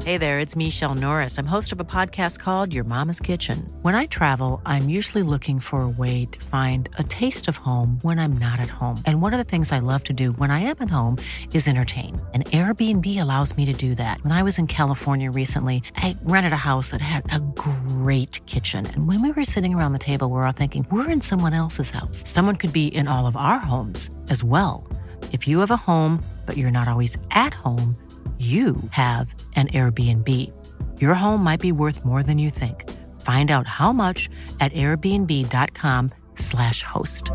Hey there, it's Michelle Norris. I'm host of a podcast called Your Mama's Kitchen. When I travel, I'm usually looking for a way to find a taste of home when I'm not at home. And one of the things I love to do when I am at home is entertain. And Airbnb allows me to do that. When I was in California recently, I rented a house that had a great kitchen. And when we were sitting around the table, we were all thinking, we're in someone else's house. Someone could be in all of our homes as well. If you have a home, but you're not always at home, you have an Airbnb. Your home might be worth more than you think. Find out how much at airbnb.com/host.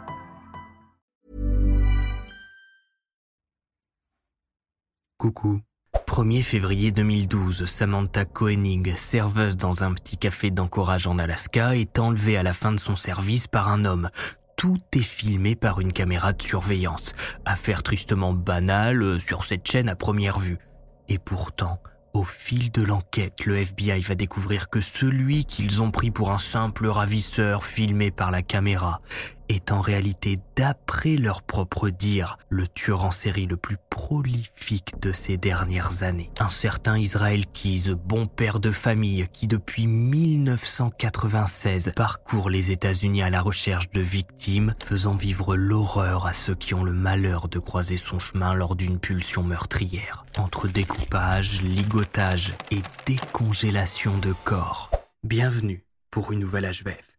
Coucou. 1er février 2012, Samantha Koenig, serveuse dans un petit café d'Anchorage en Alaska, est enlevée à la fin de son service par un homme. Tout est filmé par une caméra de surveillance. Affaire tristement banale sur cette chaîne à première vue. Et pourtant, au fil de l'enquête, le FBI va découvrir que celui qu'ils ont pris pour un simple ravisseur filmé par la caméra est en réalité, d'après leur propre dire, le tueur en série le plus prolifique de ces dernières années. Un certain Israel Keyes, bon père de famille, qui depuis 1996 parcourt les États-Unis à la recherche de victimes, faisant vivre l'horreur à ceux qui ont le malheur de croiser son chemin lors d'une pulsion meurtrière. Entre découpage, ligotage et décongélation de corps. Bienvenue pour une nouvelle HVF.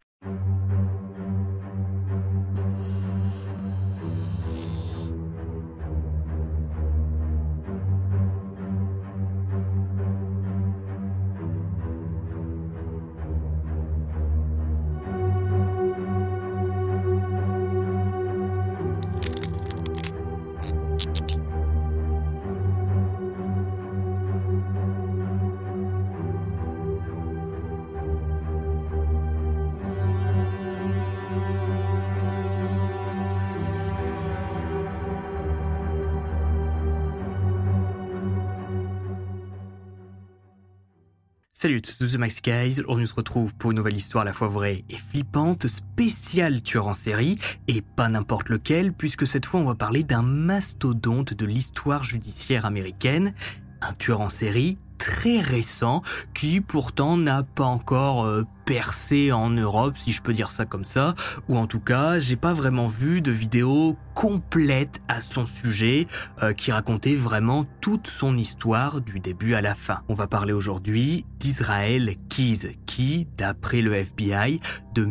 Salut à tous, c'est Max Guys. Aujourd'hui on se retrouve pour une nouvelle histoire à la fois vraie et flippante, spéciale tueur en série, et pas n'importe lequel, puisque cette fois on va parler d'un mastodonte de l'histoire judiciaire américaine, un tueur en série très récent qui pourtant n'a pas encore percé en Europe, si je peux dire ça comme ça, ou en tout cas j'ai pas vraiment vu de vidéo complète à son sujet qui racontait vraiment toute son histoire du début à la fin. On va parler aujourd'hui d'Israel Keyes qui, d'après le FBI, de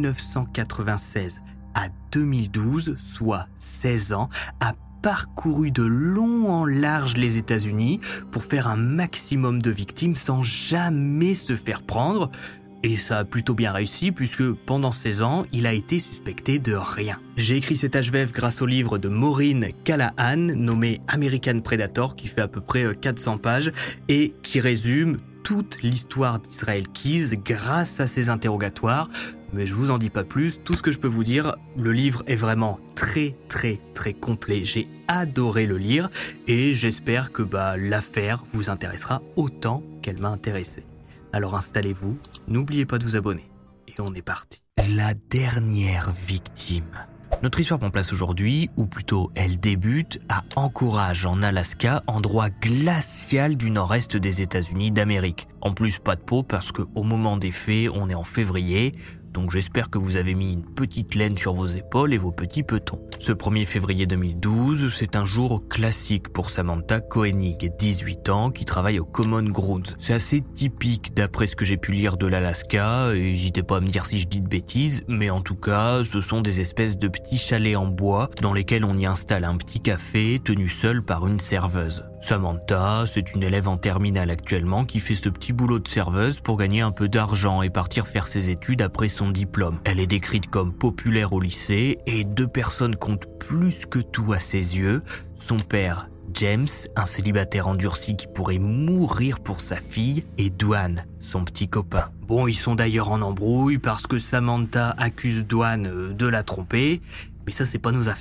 1996 à 2012, soit 16 ans, a parcouru de long en large les États-Unis pour faire un maximum de victimes sans jamais se faire prendre. Et ça a plutôt bien réussi puisque pendant 16 ans, il a été suspecté de rien. J'ai écrit cet HVF grâce au livre de Maureen Callahan nommé American Predator qui fait à peu près 400 pages et qui résume toute l'histoire d'Israel Keyes grâce à ses interrogatoires. Mais je vous en dis pas plus, tout ce que je peux vous dire, le livre est vraiment très complet. J'ai adoré le lire et j'espère que l'affaire vous intéressera autant qu'elle m'a intéressé. Alors installez-vous, n'oubliez pas de vous abonner. Et on est parti. La dernière victime. Notre histoire prend place aujourd'hui, ou plutôt elle débute, à Anchorage en Alaska, endroit glacial du nord-est des États-Unis d'Amérique. En plus, pas de peau parce qu'au moment des faits, on est en février, donc j'espère que vous avez mis une petite laine sur vos épaules et vos petits petons. Ce 1er février 2012, c'est un jour classique pour Samantha Koenig, 18 ans, qui travaille au Common Grounds. C'est assez typique d'après ce que j'ai pu lire de l'Alaska, et n'hésitez pas à me dire si je dis de bêtises, mais en tout cas, ce sont des espèces de petits chalets en bois dans lesquels on y installe un petit café tenu seul par une serveuse. Samantha, c'est une élève en terminale actuellement qui fait ce petit boulot de serveuse pour gagner un peu d'argent et partir faire ses études après son diplôme. Elle est décrite comme populaire au lycée et 2 personnes comptent plus que tout à ses yeux. Son père, James, un célibataire endurci qui pourrait mourir pour sa fille, et Dwan, son petit copain. Bon, ils sont d'ailleurs en embrouille parce que Samantha accuse Dwan de la tromper, mais ça c'est pas nos affaires.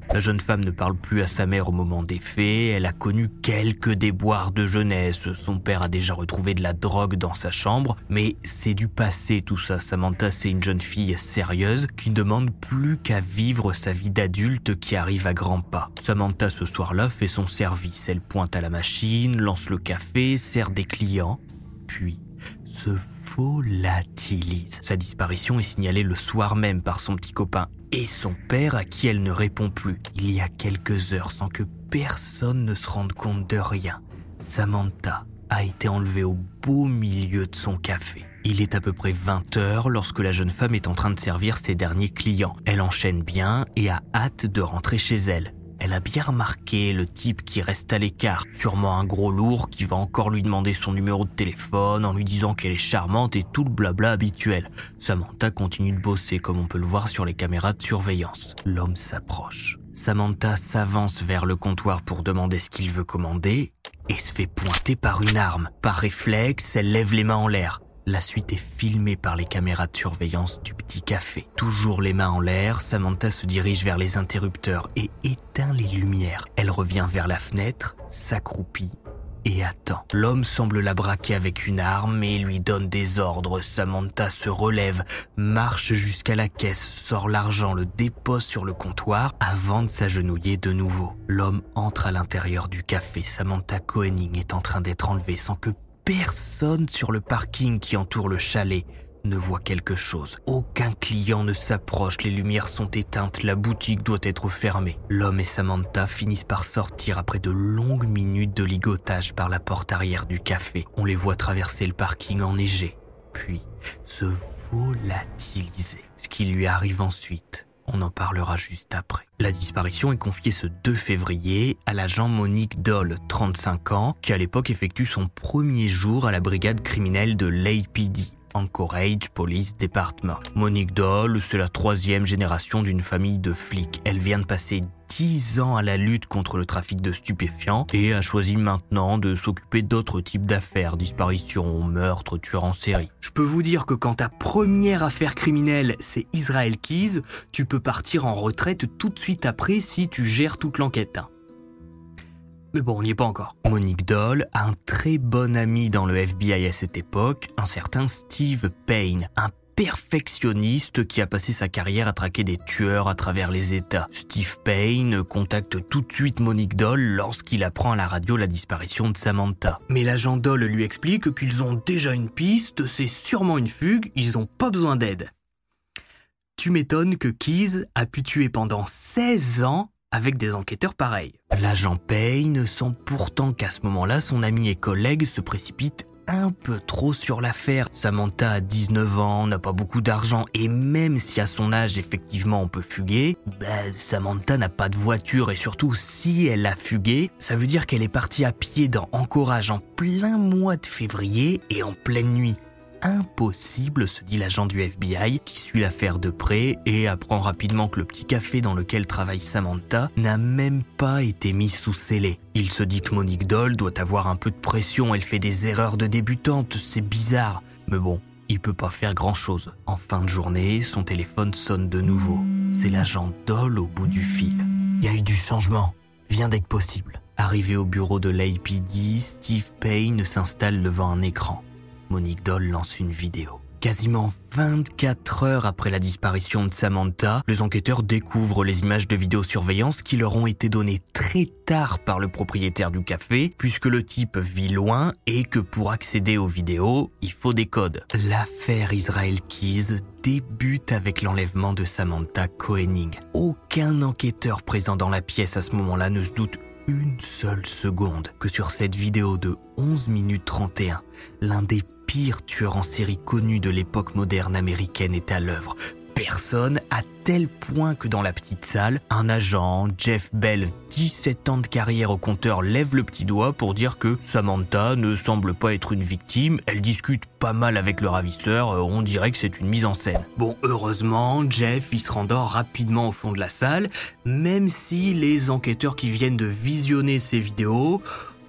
La jeune femme ne parle plus à sa mère au moment des faits, elle a connu quelques déboires de jeunesse, son père a déjà retrouvé de la drogue dans sa chambre, mais c'est du passé tout ça. Samantha, c'est une jeune fille sérieuse qui ne demande plus qu'à vivre sa vie d'adulte qui arrive à grands pas. Samantha, ce soir-là, fait son service, elle pointe à la machine, lance le café, sert des clients, puis se volatilise. Sa disparition est signalée le soir même par son petit copain et son père à qui elle ne répond plus. Il y a quelques heures, sans que personne ne se rende compte de rien, Samantha a été enlevée au beau milieu de son café. Il est à peu près 20h lorsque la jeune femme est en train de servir ses derniers clients. Elle enchaîne bien et a hâte de rentrer chez elle. Elle a bien remarqué le type qui reste à l'écart, sûrement un gros lourd qui va encore lui demander son numéro de téléphone en lui disant qu'elle est charmante et tout le blabla habituel. Samantha continue de bosser comme on peut le voir sur les caméras de surveillance. L'homme s'approche. Samantha s'avance vers le comptoir pour demander ce qu'il veut commander et se fait pointer par une arme. Par réflexe, elle lève les mains en l'air. La suite est filmée par les caméras de surveillance du petit café. Toujours les mains en l'air, Samantha se dirige vers les interrupteurs et éteint les lumières. Elle revient vers la fenêtre, s'accroupit et attend. L'homme semble la braquer avec une arme et lui donne des ordres. Samantha se relève, marche jusqu'à la caisse, sort l'argent, le dépose sur le comptoir avant de s'agenouiller de nouveau. L'homme entre à l'intérieur du café. Samantha Koenig est en train d'être enlevée sans que personne sur le parking qui entoure le chalet ne voit quelque chose. Aucun client ne s'approche, les lumières sont éteintes, la boutique doit être fermée. L'homme et Samantha finissent par sortir après de longues minutes de ligotage par la porte arrière du café. On les voit traverser le parking enneigé, puis se volatiliser. Ce qui lui arrive ensuite, on en parlera juste après. La disparition est confiée ce 2 février à l'agent Monique Doll, 35 ans, qui à l'époque effectue son premier jour à la brigade criminelle de l'APD, Anchorage Police Department. Monique Doll, c'est la 3e génération d'une famille de flics. Elle vient de passer 10 ans à la lutte contre le trafic de stupéfiants et a choisi maintenant de s'occuper d'autres types d'affaires, disparitions, meurtres, tueurs en série. Je peux vous dire que quand ta première affaire criminelle, c'est Israel Keyes, tu peux partir en retraite tout de suite après si tu gères toute l'enquête. Mais bon, on n'y est pas encore. Monique Doll a un très bon ami dans le FBI à cette époque, un certain Steve Payne, un perfectionniste qui a passé sa carrière à traquer des tueurs à travers les États. Steve Payne contacte tout de suite Monique Doll lorsqu'il apprend à la radio la disparition de Samantha. Mais l'agent Doll lui explique qu'ils ont déjà une piste, c'est sûrement une fugue, ils n'ont pas besoin d'aide. Tu m'étonnes que Keyes a pu tuer pendant 16 ans avec des enquêteurs pareils. L'agent Payne sent pourtant qu'à ce moment-là, son ami et collègue se précipite un peu trop sur l'affaire. Samantha a 19 ans, n'a pas beaucoup d'argent et même si à son âge, effectivement, on peut fuguer, Samantha n'a pas de voiture et surtout, si elle a fugué, ça veut dire qu'elle est partie à pied dans Anchorage en plein mois de février et en pleine nuit. Impossible, se dit l'agent du FBI qui suit l'affaire de près et apprend rapidement que le petit café dans lequel travaille Samantha n'a même pas été mis sous scellé. Il se dit que Monique Doll doit avoir un peu de pression, elle fait des erreurs de débutante, c'est bizarre. Mais bon, il peut pas faire grand-chose. En fin de journée, son téléphone sonne de nouveau. C'est l'agent Doll au bout du fil. Il y a eu du changement, viens dès que possible. Arrivé au bureau de l'APD, Steve Payne s'installe devant un écran. Monique Doll lance une vidéo. Quasiment 24 heures après la disparition de Samantha, les enquêteurs découvrent les images de vidéosurveillance qui leur ont été données très tard par le propriétaire du café, puisque le type vit loin et que pour accéder aux vidéos, il faut des codes. L'affaire Israel Keyes débute avec l'enlèvement de Samantha Koenig. Aucun enquêteur présent dans la pièce à ce moment-là ne se doute une seule seconde que sur cette vidéo de 11 minutes 31, l'un des pires tueurs en série connus de l'époque moderne américaine est à l'œuvre. Personne, à tel point que dans la petite salle, un agent, Jeff Bell, 17 ans de carrière au compteur, lève le petit doigt pour dire que Samantha ne semble pas être une victime, elle discute pas mal avec le ravisseur, on dirait que c'est une mise en scène. Bon, heureusement, Jeff, il se rendort rapidement au fond de la salle, même si les enquêteurs qui viennent de visionner ces vidéos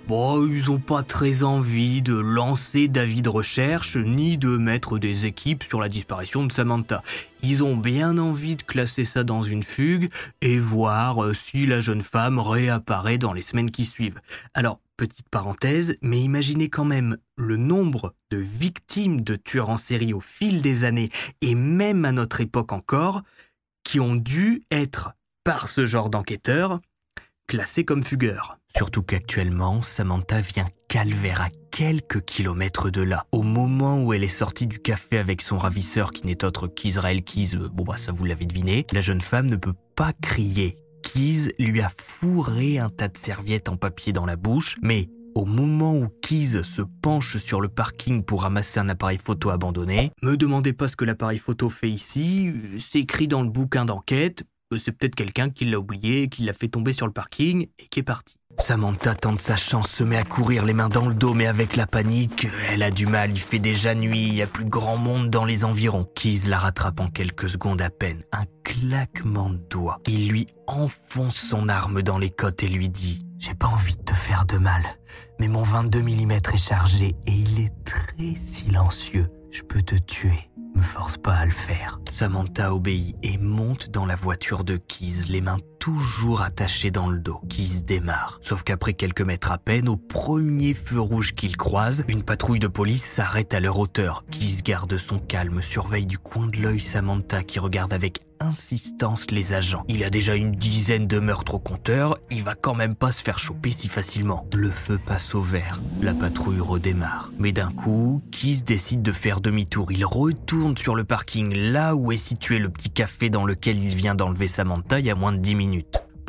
Bon, ils ont pas très envie de lancer d'avis de recherche ni de mettre des équipes sur la disparition de Samantha. Ils ont bien envie de classer ça dans une fugue et voir si la jeune femme réapparaît dans les semaines qui suivent. Alors, petite parenthèse, mais imaginez quand même le nombre de victimes de tueurs en série au fil des années et même à notre époque encore, qui ont dû être, par ce genre d'enquêteurs, classés comme fugueurs. Surtout qu'actuellement, Samantha vient calvaire à quelques kilomètres de là. Au moment où elle est sortie du café avec son ravisseur qui n'est autre qu'Israël Keyes, ça vous l'avez deviné, la jeune femme ne peut pas crier. Keyes lui a fourré un tas de serviettes en papier dans la bouche, mais au moment où Keyes se penche sur le parking pour ramasser un appareil photo abandonné, me demandez pas ce que l'appareil photo fait ici, c'est écrit dans le bouquin d'enquête, c'est peut-être quelqu'un qui l'a oublié, qui l'a fait tomber sur le parking et qui est parti. Samantha tente sa chance, se met à courir les mains dans le dos, mais avec la panique, elle a du mal, il fait déjà nuit, il y a plus grand monde dans les environs. Keyes la rattrape en quelques secondes à peine, un claquement de doigts. Il lui enfonce son arme dans les côtes et lui dit « J'ai pas envie de te faire de mal, mais mon 22 mm est chargé et il est très silencieux. Je peux te tuer. Me force pas à le faire. » Samantha obéit et monte dans la voiture de Keyes, les mains toujours attachées dans le dos. Keyes démarre. Sauf qu'après quelques mètres à peine, au premier feu rouge qu'il croise, une patrouille de police s'arrête à leur hauteur. Keyes garde son calme, surveille du coin de l'œil Samantha qui regarde avec insistance les agents. Il a déjà une dizaine de meurtres au compteur, il va quand même pas se faire choper si facilement. Le feu passe au vert, la patrouille redémarre. Mais d'un coup, Keyes décide de faire demi-tour. Il retourne sur le parking, là où est situé le petit café dans lequel il vient d'enlever Samantha il y a moins de 10 minutes. Pourquoi ?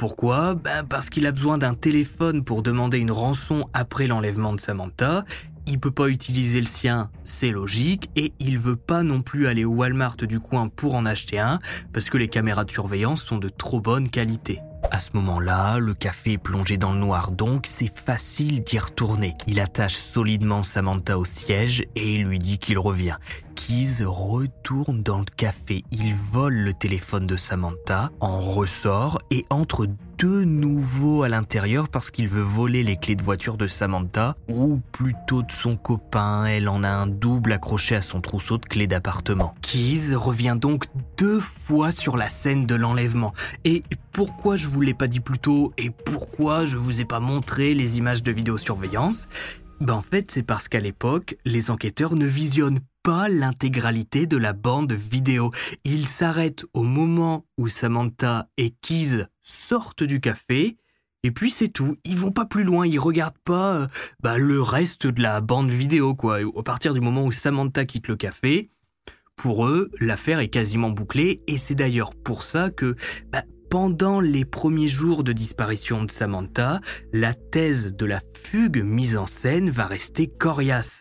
Parce qu'il a besoin d'un téléphone pour demander une rançon après l'enlèvement de Samantha. Il peut pas utiliser le sien, c'est logique, et il veut pas non plus aller au Walmart du coin pour en acheter un, parce que les caméras de surveillance sont de trop bonne qualité. À ce moment-là, le café est plongé dans le noir, donc c'est facile d'y retourner. Il attache solidement Samantha au siège et lui dit qu'il revient. Keyes retourne dans le café, il vole le téléphone de Samantha, en ressort et entre de nouveau à l'intérieur parce qu'il veut voler les clés de voiture de Samantha, ou plutôt de son copain, elle en a un double accroché à son trousseau de clés d'appartement. Keyes revient donc 2 fois sur la scène de l'enlèvement. Et pourquoi je vous l'ai pas dit plus tôt et pourquoi je vous ai pas montré les images de vidéosurveillance ? En fait, c'est parce qu'à l'époque, les enquêteurs ne visionnent pas l'intégralité de la bande vidéo. Ils s'arrêtent au moment où Samantha et Keyes sortent du café, et puis c'est tout. Ils vont pas plus loin, ils regardent pas le reste de la bande vidéo, quoi. À partir du moment où Samantha quitte le café, pour eux, l'affaire est quasiment bouclée, et c'est d'ailleurs pour ça que pendant les premiers jours de disparition de Samantha, la thèse de la fugue mise en scène va rester coriace.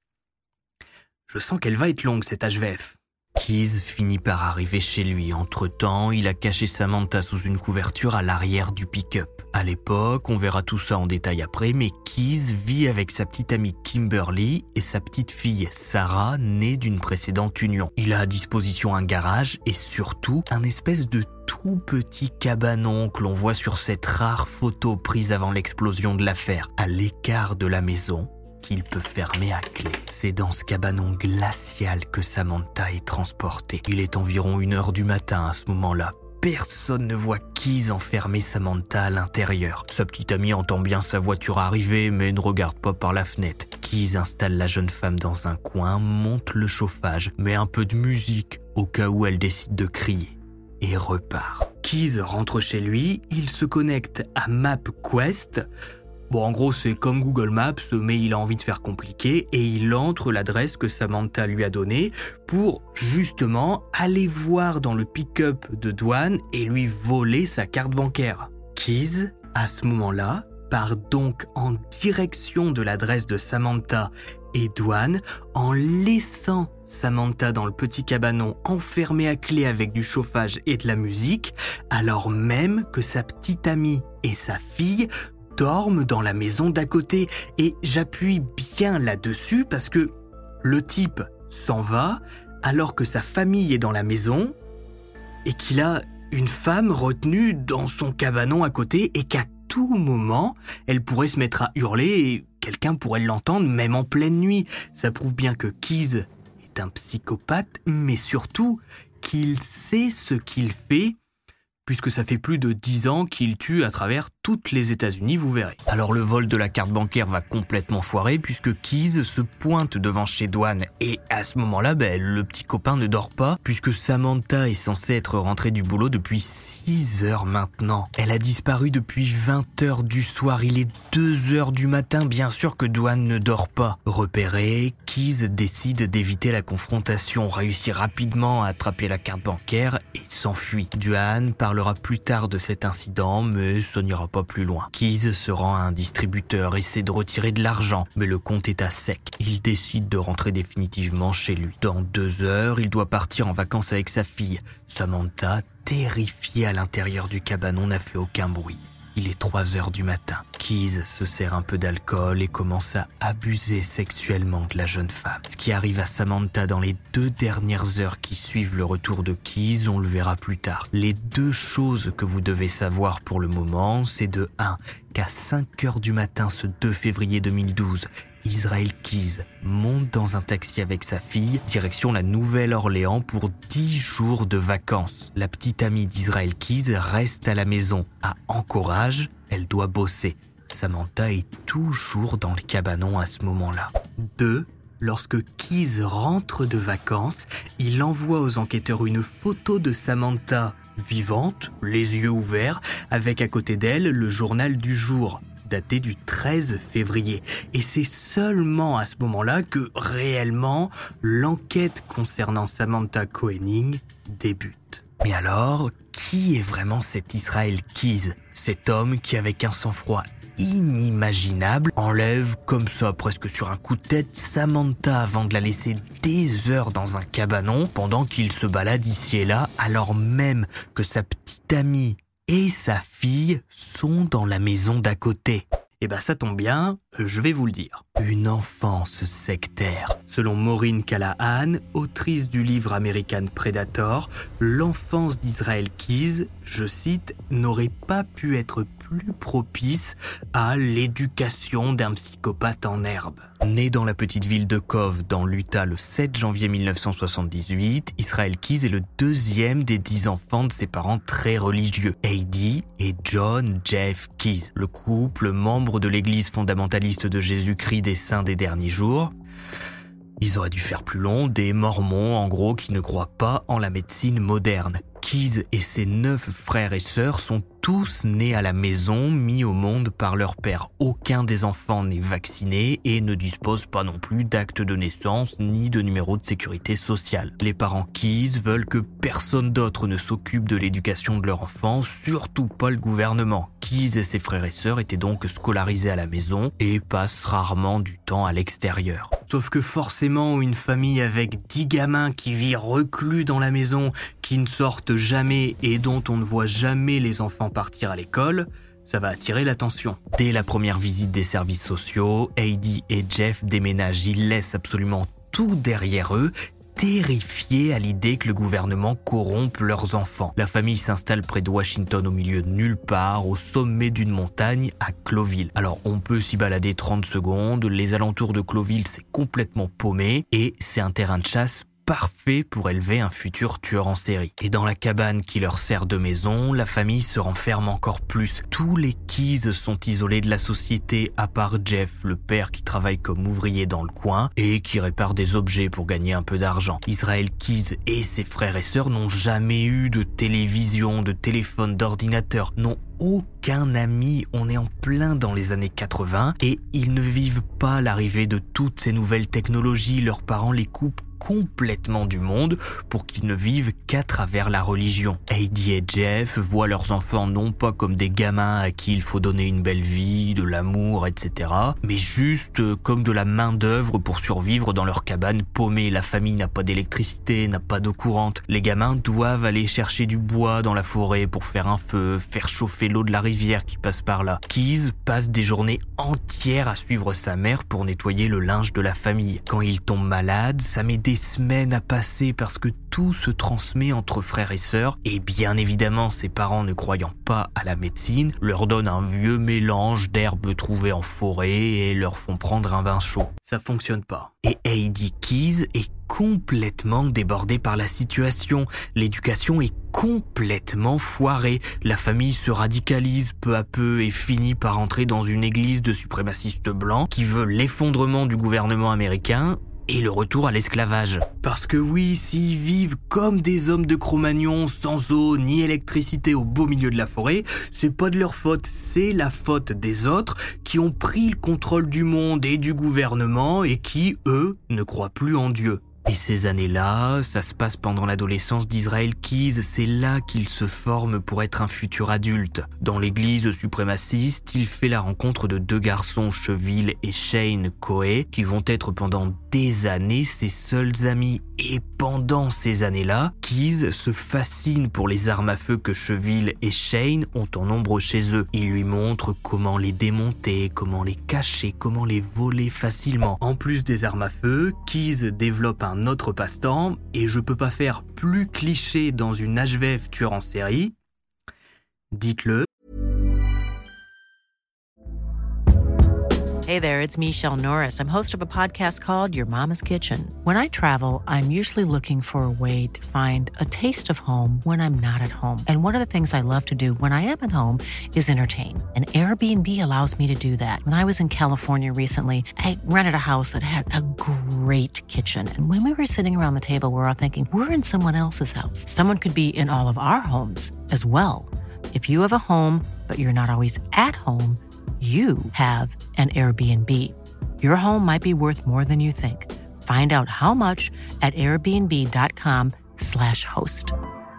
Je sens qu'elle va être longue, cette HVF. Keyes finit par arriver chez lui. Entre-temps, il a caché Samantha sous une couverture à l'arrière du pick-up. À l'époque, on verra tout ça en détail après, mais Keyes vit avec sa petite amie Kimberly et sa petite fille Sarah, née d'une précédente union. Il a à disposition un garage et surtout un espèce de tout petit cabanon que l'on voit sur cette rare photo prise avant l'explosion de l'affaire, à l'écart de la maison, qu'il peut fermer à clé. C'est dans ce cabanon glacial que Samantha est transportée. Il est environ 1h du matin à ce moment-là. Personne ne voit Keyes enfermer Samantha à l'intérieur. Sa petite amie entend bien sa voiture arriver, mais ne regarde pas par la fenêtre. Keyes installe la jeune femme dans un coin, monte le chauffage, met un peu de musique au cas où elle décide de crier, et repart. Keyes rentre chez lui, il se connecte à MapQuest. En gros, c'est comme Google Maps, mais il a envie de faire compliqué et il entre l'adresse que Samantha lui a donnée pour, justement, aller voir dans le pick-up de Dwan et lui voler sa carte bancaire. Keyes, à ce moment-là, part donc en direction de l'adresse de Samantha et Dwan en laissant Samantha dans le petit cabanon enfermé à clé avec du chauffage et de la musique, alors même que sa petite amie et sa fille dorment dans la maison d'à côté. Et j'appuie bien là-dessus parce que le type s'en va alors que sa famille est dans la maison et qu'il a une femme retenue dans son cabanon à côté et qu'à tout moment, elle pourrait se mettre à hurler et quelqu'un pourrait l'entendre même en pleine nuit. Ça prouve bien que Keyes est un psychopathe, mais surtout qu'il sait ce qu'il fait, puisque ça fait plus de 10 ans qu'il tue à travers toutes les États-Unis, vous verrez. Alors le vol de la carte bancaire va complètement foirer puisque Keyes se pointe devant chez Dwan et à ce moment-là, le petit copain ne dort pas puisque Samantha est censée être rentrée du boulot depuis 6 heures maintenant. Elle a disparu depuis 20 heures du soir, il est 2 heures du matin, bien sûr que Dwan ne dort pas. Repéré, Keyes décide d'éviter la confrontation, réussit rapidement à attraper la carte bancaire et s'enfuit. Dwan parlera plus tard de cet incident, mais ça n'ira pas plus loin. Keyes se rend à un distributeur, essaie de retirer de l'argent, mais le compte est à sec. Il décide de rentrer définitivement chez lui. Dans 2 heures, il doit partir en vacances avec sa fille. Samantha, terrifiée à l'intérieur du cabanon, n'a fait aucun bruit. Il est 3 heures du matin. Keyes se sert un peu d'alcool et commence à abuser sexuellement de la jeune femme. Ce qui arrive à Samantha dans les 2 dernières heures qui suivent le retour de Keyes, on le verra plus tard. Les 2 choses que vous devez savoir pour le moment, c'est de 1, qu'à 5 heures du matin ce 2 février 2012, Israel Keyes monte dans un taxi avec sa fille, direction la Nouvelle-Orléans pour 10 jours de vacances. La petite amie d'Israel Keyes reste à la maison. À Anchorage, elle doit bosser. Samantha est toujours dans le cabanon à ce moment-là. 2. Lorsque Keyes rentre de vacances, il envoie aux enquêteurs une photo de Samantha vivante, les yeux ouverts, avec à côté d'elle le journal du jour, daté du 13 février. Et c'est seulement à ce moment-là que, réellement, l'enquête concernant Samantha Koenig débute. Mais alors, qui est vraiment cet Israel Keyes? Cet homme qui, avec un sang-froid inimaginable, enlève comme ça, presque sur un coup de tête, Samantha avant de la laisser des heures dans un cabanon pendant qu'il se balade ici et là, alors même que sa petite amie et sa fille sont dans la maison d'à côté. Eh ça tombe bien, je vais vous le dire. Une enfance sectaire. Selon Maureen Callahan, autrice du livre American Predator, l'enfance d'Israel Keyes, je cite, n'aurait pas pu être plus propice à l'éducation d'un psychopathe en herbe. Né dans la petite ville de Cove, dans l'Utah, le 7 janvier 1978, Israel Keyes est le 2e des 10 enfants de ses parents très religieux, Heidi et John Jeff Keyes, le couple membre de l'église fondamentaliste de Jésus-Christ des Saints des Derniers Jours. Ils auraient dû faire plus long, des mormons en gros qui ne croient pas en la médecine moderne. Keyes et ses 9 frères et sœurs sont tous nés à la maison, mis au monde par leur père. Aucun des enfants n'est vacciné et ne dispose pas non plus d'acte de naissance ni de numéro de sécurité sociale. Les parents Keyes veulent que personne d'autre ne s'occupe de l'éducation de leur enfant, surtout pas le gouvernement. Keyes et ses frères et sœurs étaient donc scolarisés à la maison et passent rarement du temps à l'extérieur. Sauf que forcément, une famille avec 10 gamins qui vit reclus dans la maison, qui ne sortent jamais et dont on ne voit jamais les enfants partir à l'école, ça va attirer l'attention. Dès la première visite des services sociaux, Heidi et Jeff déménagent, ils laissent absolument tout derrière eux, terrifiés à l'idée que le gouvernement corrompe leurs enfants. La famille s'installe près de Washington au milieu de nulle part, au sommet d'une montagne à Cloville. Alors on peut s'y balader 30 secondes, les alentours de Cloville c'est complètement paumé et c'est un terrain de chasse parfait pour élever un futur tueur en série. Et dans la cabane qui leur sert de maison, la famille se renferme encore plus. Tous les Keyes sont isolés de la société, à part Jeff, le père qui travaille comme ouvrier dans le coin et qui répare des objets pour gagner un peu d'argent. Israel Keyes et ses frères et sœurs n'ont jamais eu de télévision, de téléphone, d'ordinateur, n'ont aucun ami, on est en plein dans les années 80 et ils ne vivent pas l'arrivée de toutes ces nouvelles technologies, leurs parents les coupent complètement du monde pour qu'ils ne vivent qu'à travers la religion. Heidi et Jeff voient leurs enfants non pas comme des gamins à qui il faut donner une belle vie, de l'amour, etc., mais juste comme de la main-d'œuvre pour survivre dans leur cabane paumée. La famille n'a pas d'électricité, n'a pas d'eau courante. Les gamins doivent aller chercher du bois dans la forêt pour faire un feu, faire chauffer l'eau de la rivière qui passe par là. Keyes passe des journées entières à suivre sa mère pour nettoyer le linge de la famille. Quand il tombe malade, ça met des semaines à passer parce que tout se transmet entre frères et sœurs. Et bien évidemment, ses parents, ne croyant pas à la médecine, leur donnent un vieux mélange d'herbes trouvées en forêt et leur font prendre un bain chaud. Ça fonctionne pas. Et Heidi Keyes est complètement débordée par la situation. L'éducation est complètement foirée. La famille se radicalise peu à peu et finit par entrer dans une église de suprémacistes blancs qui veut l'effondrement du gouvernement américain et le retour à l'esclavage. Parce que oui, s'ils vivent comme des hommes de Cro-Magnon, sans eau ni électricité au beau milieu de la forêt, c'est pas de leur faute, c'est la faute des autres qui ont pris le contrôle du monde et du gouvernement et qui, eux, ne croient plus en Dieu. Et ces années-là, ça se passe pendant l'adolescence d'Israel Keyes, c'est là qu'il se forme pour être un futur adulte. Dans l'église suprémaciste, il fait la rencontre de deux garçons, Cheville et Shane Coe, qui vont être pendant des années ses seuls amis. Et pendant ces années-là, Keyes se fascine pour les armes à feu que Cheville et Shane ont en nombre chez eux. Il lui montre comment les démonter, comment les cacher, comment les voler facilement. En plus des armes à feu, Keyes développe un autre passe-temps, et je peux pas faire plus cliché dans une HVF tueur en série. Dites-le. Hey there, it's Michelle Norris. I'm host of a podcast called Your Mama's Kitchen. When I travel, I'm usually looking for a way to find a taste of home when I'm not at home. And one of the things I love to do when I am at home is entertain. And Airbnb allows me to do that. When I was in California recently, I rented a house that had a great kitchen. And when we were sitting around the table, we're all thinking, we're in someone else's house. Someone could be in all of our homes as well. If you have a home, but you're not always at home, you have an Airbnb. Your home might be worth more than you think. Find out how much at airbnb.com/host.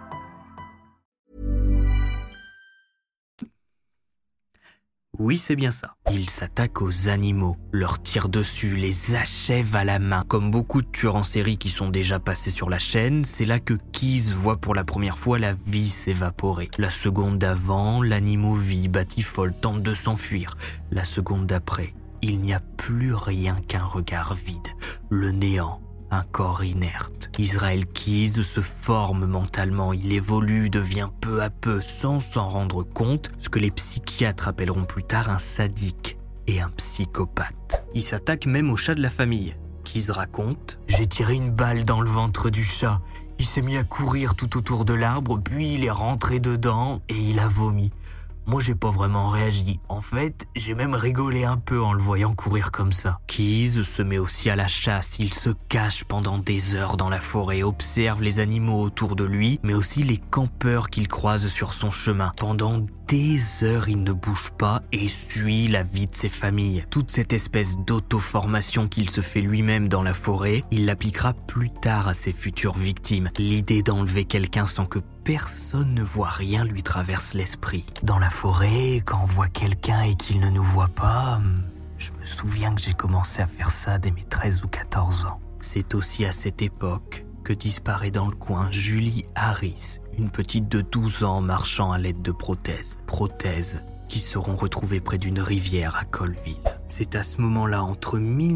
Oui, c'est bien ça. Ils s'attaquent aux animaux, leur tirent dessus, les achèvent à la main. Comme beaucoup de tueurs en série qui sont déjà passés sur la chaîne, c'est là que Keyes voit pour la première fois la vie s'évaporer. La seconde d'avant, l'animal vit, batifole, tente de s'enfuir. La seconde d'après, il n'y a plus rien qu'un regard vide, le néant. Un corps inerte. Israel Keyes se forme mentalement, il évolue, devient peu à peu, sans s'en rendre compte, ce que les psychiatres appelleront plus tard un sadique et un psychopathe. Il s'attaque même au chat de la famille. Keyes raconte « J'ai tiré une balle dans le ventre du chat. Il s'est mis à courir tout autour de l'arbre, puis il est rentré dedans et il a vomi. Moi, j'ai pas vraiment réagi. En fait, j'ai même rigolé un peu en le voyant courir comme ça. » Keyes se met aussi à la chasse. Il se cache pendant des heures dans la forêt, observe les animaux autour de lui, mais aussi les campeurs qu'il croise sur son chemin. Pendant des heures, il ne bouge pas et suit la vie de ses familles. Toute cette espèce d'auto-formation qu'il se fait lui-même dans la forêt, il l'appliquera plus tard à ses futures victimes. L'idée d'enlever quelqu'un sans que personne ne voit rien lui traverse l'esprit. Dans la forêt, quand on voit quelqu'un et qu'il ne nous voit pas, je me souviens que j'ai commencé à faire ça dès mes 13 ou 14 ans. C'est aussi à cette époque que disparaît dans le coin Julie Harris, une petite de 12 ans marchant à l'aide de prothèses. Prothèses qui seront retrouvées près d'une rivière à Colville. C'est à ce moment-là, entre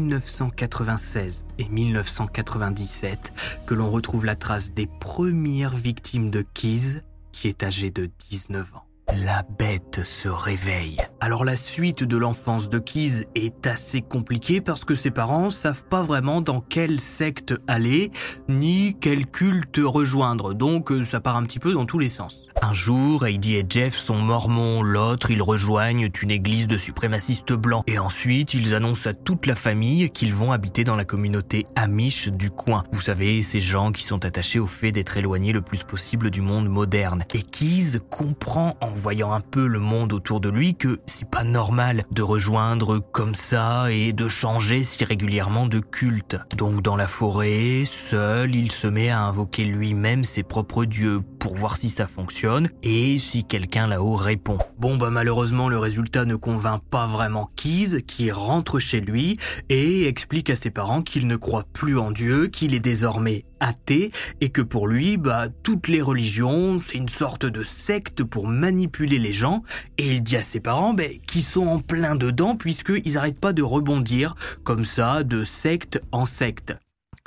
1996 et 1997, que l'on retrouve la trace des premières victimes de Keyes, qui est âgé de 19 ans. La bête se réveille. Alors la suite de l'enfance de Keyes est assez compliquée parce que ses parents savent pas vraiment dans quelle secte aller, ni quel culte rejoindre, donc ça part un petit peu dans tous les sens. Un jour, Heidi et Jeff sont mormons, l'autre, ils rejoignent une église de suprémacistes blancs, et ensuite ils annoncent à toute la famille qu'ils vont habiter dans la communauté Amish du coin. Vous savez, ces gens qui sont attachés au fait d'être éloignés le plus possible du monde moderne. Et Keyes comprend en voyant un peu le monde autour de lui que c'est pas normal de rejoindre comme ça et de changer si régulièrement de culte. Donc dans la forêt, seul, il se met à invoquer lui-même ses propres dieux pour voir si ça fonctionne et si quelqu'un là-haut répond. Bon malheureusement le résultat ne convainc pas vraiment Keyes qui rentre chez lui et explique à ses parents qu'il ne croit plus en Dieu, qu'il est désormais athée et que pour lui, toutes les religions, c'est une sorte de secte pour manipuler les gens, et il dit à ses parents qu'ils sont en plein dedans puisqu'ils n'arrêtent pas de rebondir comme ça de secte en secte.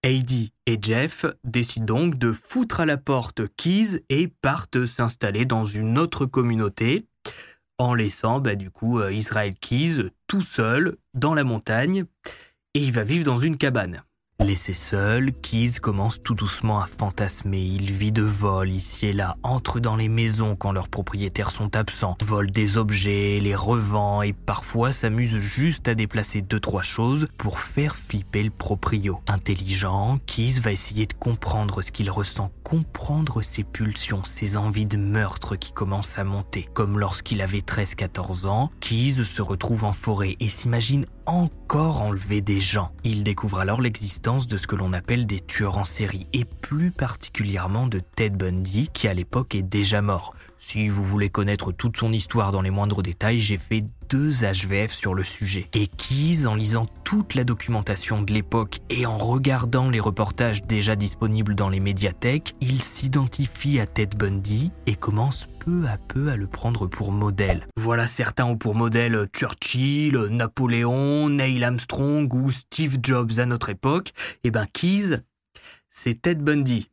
Heidi et Jeff décident donc de foutre à la porte Keys et partent s'installer dans une autre communauté, en laissant Israel Keys tout seul dans la montagne, et il va vivre dans une cabane. Laissé seul, Keys commence tout doucement à fantasmer. Il vit de vols ici et là, entre dans les maisons quand leurs propriétaires sont absents, vole des objets, les revend et parfois s'amuse juste à déplacer 2-3 choses pour faire flipper le proprio. Intelligent, Keys va essayer de comprendre ce qu'il ressent, comprendre ses pulsions, ses envies de meurtre qui commencent à monter. Comme lorsqu'il avait 13-14 ans, Keys se retrouve en forêt et s'imagine encore enlever des gens. Il découvre alors l'existence de ce que l'on appelle des tueurs en série, et plus particulièrement de Ted Bundy, qui à l'époque est déjà mort. Si vous voulez connaître toute son histoire dans les moindres détails, j'ai fait 2 HVF sur le sujet. Et Keys, en lisant toute la documentation de l'époque et en regardant les reportages déjà disponibles dans les médiathèques, il s'identifie à Ted Bundy et commence peu à peu à le prendre pour modèle. Voilà, certains ont pour modèle Churchill, Napoléon, Neil Armstrong ou Steve Jobs à notre époque. Et Keys, c'est Ted Bundy.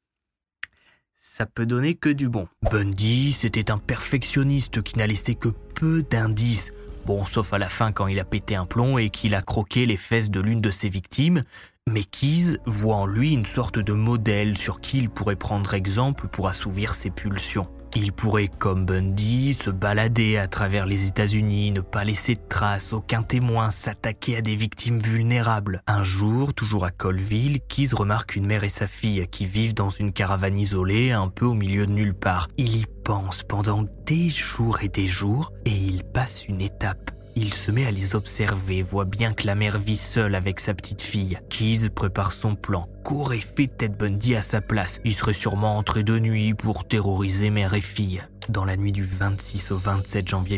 Ça peut donner que du bon. Bundy, c'était un perfectionniste qui n'a laissé que peu d'indices. Bon, sauf à la fin quand il a pété un plomb et qu'il a croqué les fesses de l'une de ses victimes. Mais Keys voit en lui une sorte de modèle sur qui il pourrait prendre exemple pour assouvir ses pulsions. Il pourrait, comme Bundy, se balader à travers les États-Unis, ne pas laisser de traces, aucun témoin, s'attaquer à des victimes vulnérables. Un jour, toujours à Colville, Keys remarque une mère et sa fille qui vivent dans une caravane isolée, un peu au milieu de nulle part. Il y pense pendant des jours et il passe une étape. Il se met à les observer, voit bien que la mère vit seule avec sa petite fille. Keys prépare son plan. Qu'aurait fait Ted Bundy à sa place? Il serait sûrement entré de nuit pour terroriser mère et fille. Dans la nuit du 26 au 27 janvier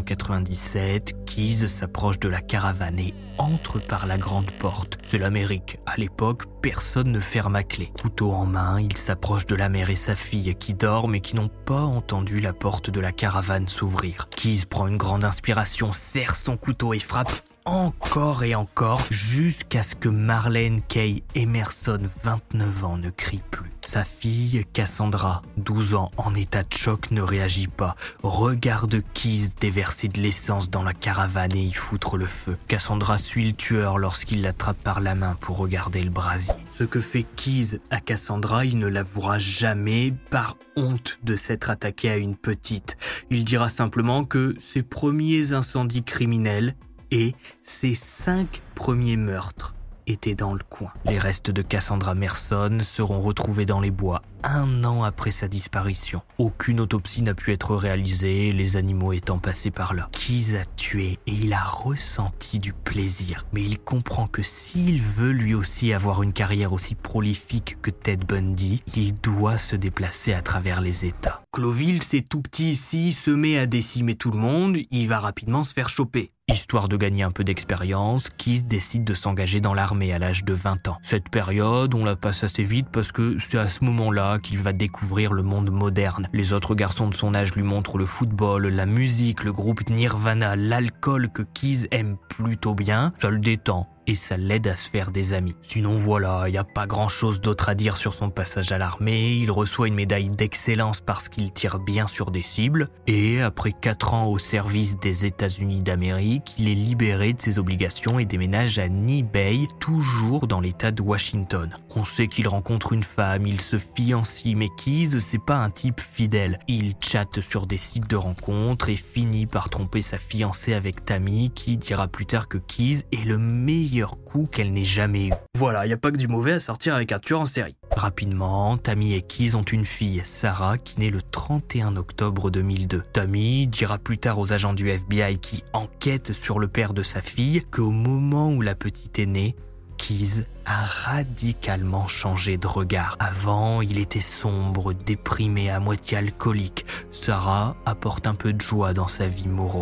1997, Keys s'approche de la caravane et entre par la grande porte. C'est l'Amérique. À l'époque, personne ne ferme à clé. Couteau en main, il s'approche de la mère et sa fille qui dorment et qui n'ont pas entendu la porte de la caravane s'ouvrir. Keys prend une grande inspiration, serre son couteau et frappe encore et encore jusqu'à ce que Marlene Kay Emerson, 29 ans, ne crie plus. Sa fille, Cassandra, 12 ans, en état de choc, ne réagit pas. Regarde Keys déverser de l'essence dans la caravane et y foutre le feu. Cassandra suit le tueur lorsqu'il l'attrape par la main pour regarder le brasier. Ce que fait Keys à Cassandra, il ne l'avouera jamais par honte de s'être attaqué à une petite. Il dira simplement que ses premiers incendies criminels et ses 5 premiers meurtres étaient dans le coin. Les restes de Cassandra Merson seront retrouvés dans les bois 1 an après sa disparition. Aucune autopsie n'a pu être réalisée, les animaux étant passés par là. Keys a tué et il a ressenti du plaisir. Mais il comprend que s'il veut lui aussi avoir une carrière aussi prolifique que Ted Bundy, il doit se déplacer à travers les États. Cloville, c'est tout petit ici, se met à décimer tout le monde, il va rapidement se faire choper. Histoire de gagner un peu d'expérience, Keys décide de s'engager dans l'armée à l'âge de 20 ans. Cette période, on la passe assez vite parce que c'est à ce moment-là qu'il va découvrir le monde moderne. Les autres garçons de son âge lui montrent le football, la musique, le groupe Nirvana, l'alcool que Keys aime plutôt bien. Ça le détend et ça l'aide à se faire des amis. Sinon voilà, il n'y a pas grand-chose d'autre à dire sur son passage à l'armée. Il reçoit une médaille d'excellence parce qu'il tire bien sur des cibles. Et après 4 ans au service des États-Unis d'Amérique, il est libéré de ses obligations et déménage à Nibay, toujours dans l'état de Washington. On sait qu'il rencontre une femme, il se fiancie, mais Keys, c'est pas un type fidèle. Il chatte sur des sites de rencontres et finit par tromper sa fiancée avec Tammy, qui dira plus tard que Keys est le meilleur coup qu'elle n'ait jamais eu. Voilà, y a pas que du mauvais à sortir avec un tueur en série. Rapidement, Tammy et Keys ont une fille, Sarah, qui naît le 31 octobre 2002. Tammy dira plus tard aux agents du FBI qui enquêtent sur le père de sa fille qu'au moment où la petite est née, Keys a radicalement changé de regard. Avant, il était sombre, déprimé, à moitié alcoolique. Sarah apporte un peu de joie dans sa vie morose.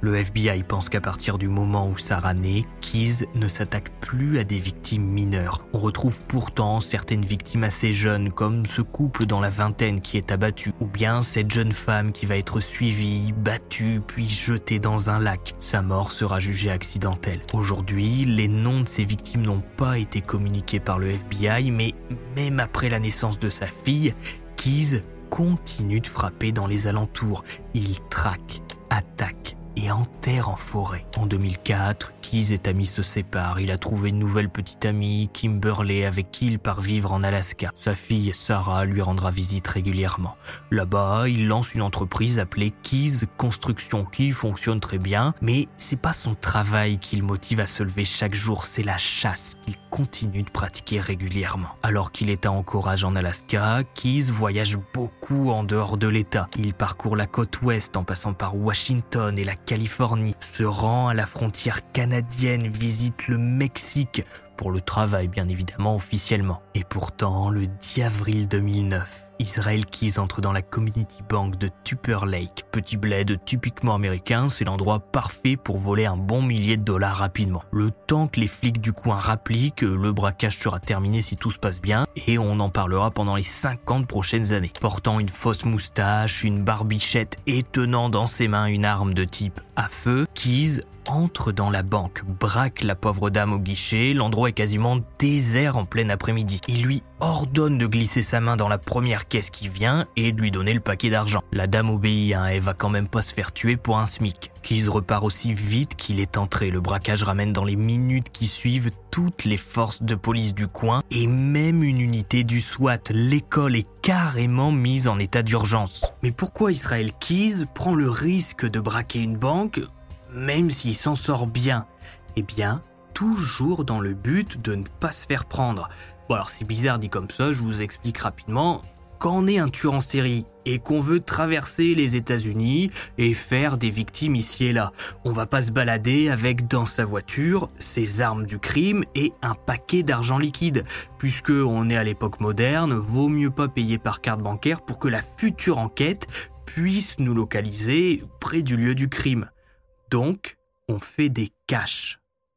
Le FBI pense qu'à partir du moment où Sarah naît, Keyes ne s'attaque plus à des victimes mineures. On retrouve pourtant certaines victimes assez jeunes, comme ce couple dans la vingtaine qui est abattu, ou bien cette jeune femme qui va être suivie, battue, puis jetée dans un lac. Sa mort sera jugée accidentelle. Aujourd'hui, les noms de ces victimes n'ont pas été communiqués par le FBI, mais même après la naissance de sa fille, Keyes continue de frapper dans les alentours. Il traque, attaque et enterre en forêt. En 2004, Keyes et Tammy se séparent. Il a trouvé une nouvelle petite amie, Kimberly, avec qui il part vivre en Alaska. Sa fille, Sarah, lui rendra visite régulièrement. Là-bas, il lance une entreprise appelée Keyes Construction qui fonctionne très bien, mais c'est pas son travail qui le motive à se lever chaque jour, c'est la chasse qu'il continue de pratiquer régulièrement. Alors qu'il est à Anchorage en Alaska, Keyes voyage beaucoup en dehors de l'État. Il parcourt la côte ouest en passant par Washington et la Californie, se rend à la frontière canadienne, visite le Mexique, pour le travail bien évidemment officiellement. Et pourtant, le 10 avril 2009, Israel Keyes entre dans la Community Bank de Tupper Lake. Petit bled typiquement américain, c'est l'endroit parfait pour voler un bon millier de dollars rapidement. Le temps que les flics du coin rappliquent, que le braquage sera terminé si tout se passe bien, et on en parlera pendant les 50 prochaines années. Portant une fausse moustache, une barbichette et tenant dans ses mains une arme de type à feu, Keyes entre dans la banque, braque la pauvre dame au guichet, l'endroit est quasiment désert en plein après-midi. Il lui ordonne de glisser sa main dans la première caisse qui vient et de lui donner le paquet d'argent. La dame obéit, elle va quand même pas se faire tuer pour un SMIC. Keyes repart aussi vite qu'il est entré. Le braquage ramène dans les minutes qui suivent toutes les forces de police du coin et même une unité du SWAT. L'école est carrément mise en état d'urgence. Mais pourquoi Israel Keyes prend le risque de braquer une banque même s'il s'en sort bien? Eh bien, toujours dans le but de ne pas se faire prendre. Bon alors c'est bizarre dit comme ça, je vous explique rapidement. Quand on est un tueur en série et qu'on veut traverser les États-Unis et faire des victimes ici et là, on va pas se balader avec dans sa voiture ses armes du crime et un paquet d'argent liquide. Puisque on est à l'époque moderne, vaut mieux pas payer par carte bancaire pour que la future enquête puisse nous localiser près du lieu du crime. Donc, on fait des caches.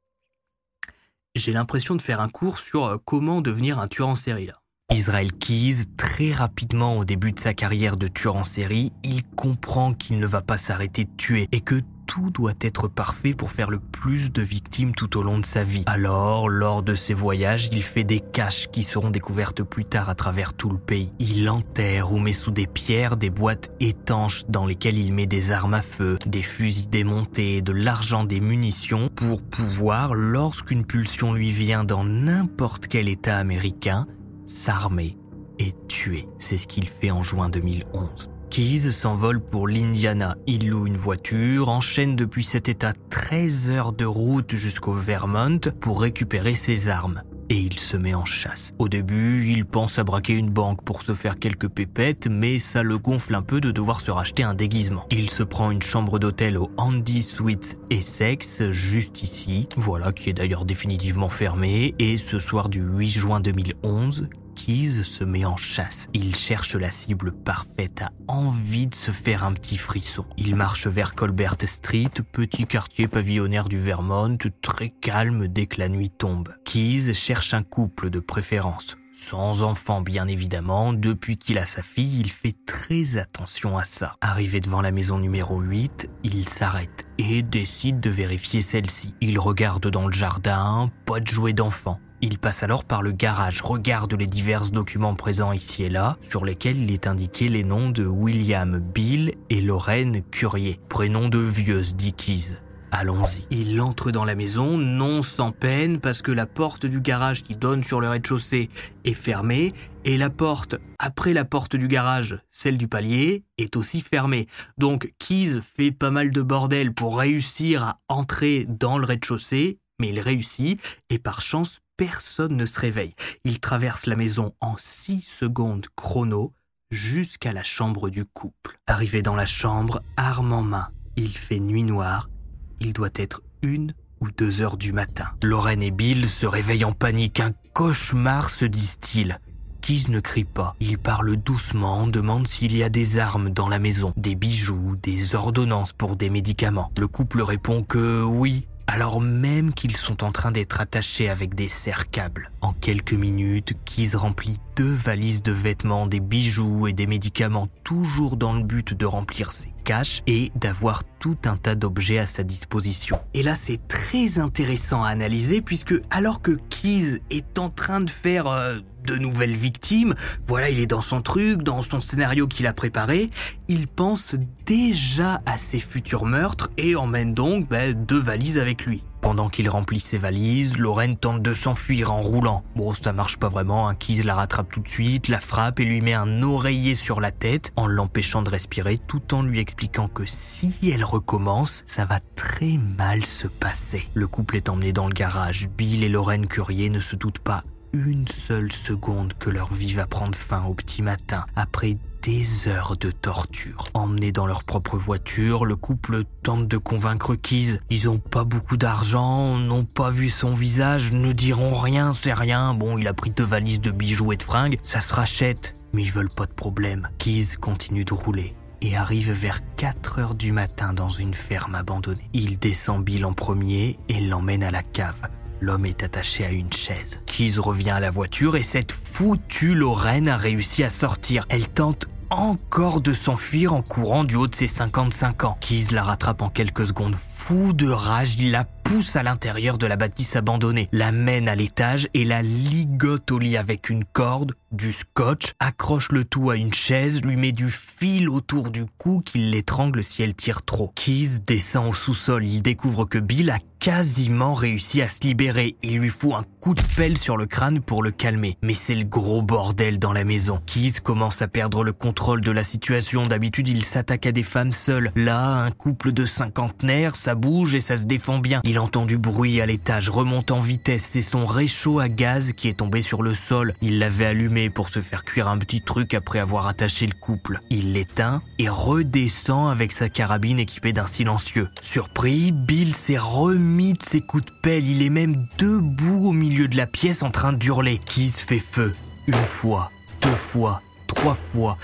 J'ai l'impression de faire un cours sur comment devenir un tueur en série là. Israel Keyes, très rapidement au début de sa carrière de tueur en série, il comprend qu'il ne va pas s'arrêter de tuer et que tout doit être parfait pour faire le plus de victimes tout au long de sa vie. Alors, lors de ses voyages, il fait des caches qui seront découvertes plus tard à travers tout le pays. Il enterre ou met sous des pierres des boîtes étanches dans lesquelles il met des armes à feu, des fusils démontés, de l'argent, des munitions pour pouvoir, lorsqu'une pulsion lui vient dans n'importe quel état américain, s'armer et tuer. C'est ce qu'il fait en juin 2011. Keyes s'envole pour l'Indiana. Il loue une voiture, enchaîne depuis cet état 13 heures de route jusqu'au Vermont pour récupérer ses armes. Et il se met en chasse. Au début, il pense à braquer une banque pour se faire quelques pépettes, mais ça le gonfle un peu de devoir se racheter un déguisement. Il se prend une chambre d'hôtel au Andy Suites Essex, juste ici, voilà, qui est d'ailleurs définitivement fermé, et ce soir du 8 juin 2011, Keyes se met en chasse. Il cherche la cible parfaite, a envie de se faire un petit frisson. Il marche vers Colbert Street, petit quartier pavillonnaire du Vermont, très calme dès que la nuit tombe. Keyes cherche un couple de préférence. Sans enfant bien évidemment, depuis qu'il a sa fille, il fait très attention à ça. Arrivé devant la maison numéro 8, il s'arrête et décide de vérifier celle-ci. Il regarde dans le jardin, pas de jouets d'enfant. Il passe alors par le garage, regarde les divers documents présents ici et là, sur lesquels il est indiqué les noms de William Bill et Lorraine Currier. Prénom de vieuse, dit Keyes. Allons-y. Il entre dans la maison, non sans peine, parce que la porte du garage qui donne sur le rez-de-chaussée est fermée, et la porte, après la porte du garage, celle du palier, est aussi fermée. Donc Keyes fait pas mal de bordel pour réussir à entrer dans le rez-de-chaussée, mais il réussit, et par chance, personne ne se réveille. Il traverse la maison en 6 secondes chrono jusqu'à la chambre du couple. Arrivé dans la chambre, arme en main, il fait nuit noire. Il doit être 1 ou 2 heures du matin. Lorraine et Bill se réveillent en panique. Un cauchemar, se disent-ils. Keys ne crie pas. Il parle doucement, demande s'il y a des armes dans la maison, des bijoux, des ordonnances pour des médicaments. Le couple répond que oui, alors même qu'ils sont en train d'être attachés avec des serre-câbles. En quelques minutes, Keys remplit 2 valises de vêtements, des bijoux et des médicaments, toujours dans le but de remplir ses caches et d'avoir tout un tas d'objets à sa disposition. Et là, c'est très intéressant à analyser puisque alors que Keys est en train de faire de nouvelles victimes, voilà, il est dans son truc, dans son scénario qu'il a préparé, il pense déjà à ses futurs meurtres et emmène donc 2 valises avec lui. Pendant qu'il remplit ses valises, Lorraine tente de s'enfuir en roulant. Bon, ça marche pas vraiment, Keys la rattrape tout de suite, la frappe et lui met un oreiller sur la tête en l'empêchant de respirer tout en lui expliquant que si elle recommence, ça va très mal se passer. Le couple est emmené dans le garage. Bill et Lorraine Currier ne se doutent pas une seule seconde que leur vie va prendre fin au petit matin, après des heures de torture. Emmenés dans leur propre voiture, le couple tente de convaincre Keys. Ils ont pas beaucoup d'argent, n'ont pas vu son visage, ne diront rien, c'est rien. Bon, il a pris 2 valises de bijoux et de fringues, ça se rachète. Mais ils veulent pas de problème. Keys continue de rouler et arrive vers 4 heures du matin dans une ferme abandonnée. Il descend Bill en premier et l'emmène à la cave. L'homme est attaché à une chaise. Keys revient à la voiture et cette foutue Lorraine a réussi à sortir. Elle tente encore de s'enfuir en courant du haut de ses 55 ans. Keys la rattrape en quelques secondes. Fou de rage, il la pousse à l'intérieur de la bâtisse abandonnée, la mène à l'étage et la ligote au lit avec une corde, du scotch, accroche le tout à une chaise, lui met du fil autour du cou qu'il l'étrangle si elle tire trop. Keys descend au sous-sol, il découvre que Bill a quasiment réussi à se libérer. Il lui fout un coup de pelle sur le crâne pour le calmer. Mais c'est le gros bordel dans la maison. Keys commence à perdre le contrôle de la situation. D'habitude, il s'attaque à des femmes seules. Là, un couple de cinquantenaires, ça bouge et ça se défend bien. Il entend du bruit à l'étage, remonte en vitesse. C'est son réchaud à gaz qui est tombé sur le sol. Il l'avait allumé pour se faire cuire un petit truc après avoir attaché le couple. Il l'éteint et redescend avec sa carabine équipée d'un silencieux. Surpris, Bill s'est remis de ses coups de pelle. Il est même debout au milieu de la pièce en train d'hurler. Keys fait feu. 1 fois, 2 fois, 3 fois,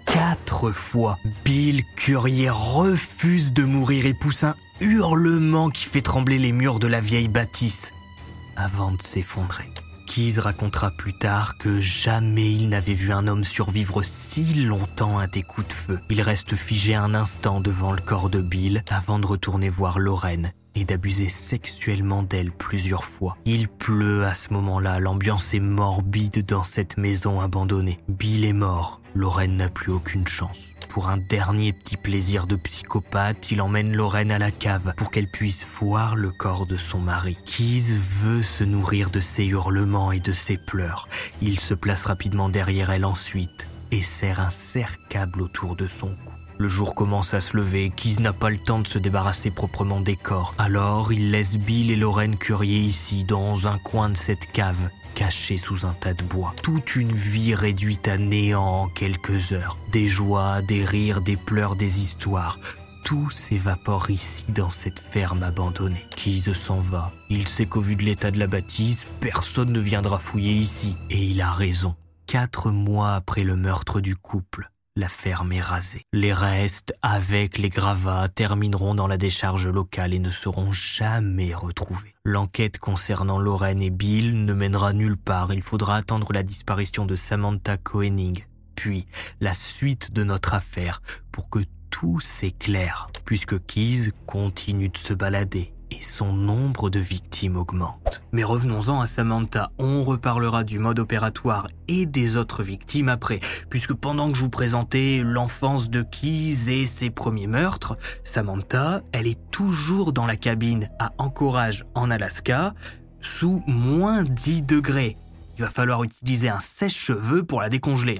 4 fois. Bill Currier refuse de mourir et pousse un hurlement qui fait trembler les murs de la vieille bâtisse avant de s'effondrer. Keys racontera plus tard que jamais il n'avait vu un homme survivre si longtemps à des coups de feu. Il reste figé un instant devant le corps de Bill avant de retourner voir Lorraine et d'abuser sexuellement d'elle plusieurs fois. Il pleut à ce moment-là, l'ambiance est morbide dans cette maison abandonnée. Bill est mort, Lorraine n'a plus aucune chance. Pour un dernier petit plaisir de psychopathe, il emmène Lorraine à la cave pour qu'elle puisse voir le corps de son mari. Keys veut se nourrir de ses hurlements et de ses pleurs. Il se place rapidement derrière elle ensuite et serre un serre-câble autour de son cou. Le jour commence à se lever, Keys n'a pas le temps de se débarrasser proprement des corps. Alors, il laisse Bill et Lorraine Currier ici, dans un coin de cette cave, cachés sous un tas de bois. Toute une vie réduite à néant en quelques heures. Des joies, des rires, des pleurs, des histoires. Tout s'évapore ici dans cette ferme abandonnée. Keys s'en va. Il sait qu'au vu de l'état de la bâtisse, personne ne viendra fouiller ici. Et il a raison. 4 mois après le meurtre du couple, la ferme est rasée. Les restes, avec les gravats, termineront dans la décharge locale et ne seront jamais retrouvés. L'enquête concernant Lorraine et Bill ne mènera nulle part. Il faudra attendre la disparition de Samantha Koenig, puis la suite de notre affaire pour que tout s'éclaire, puisque Keys continue de se balader et son nombre de victimes augmente. Mais revenons-en à Samantha, on reparlera du mode opératoire et des autres victimes après, puisque pendant que je vous présentais l'enfance de Keys et ses premiers meurtres, Samantha, elle est toujours dans la cabine à Anchorage en Alaska, sous moins 10 degrés. Il va falloir utiliser un sèche-cheveux pour la décongeler.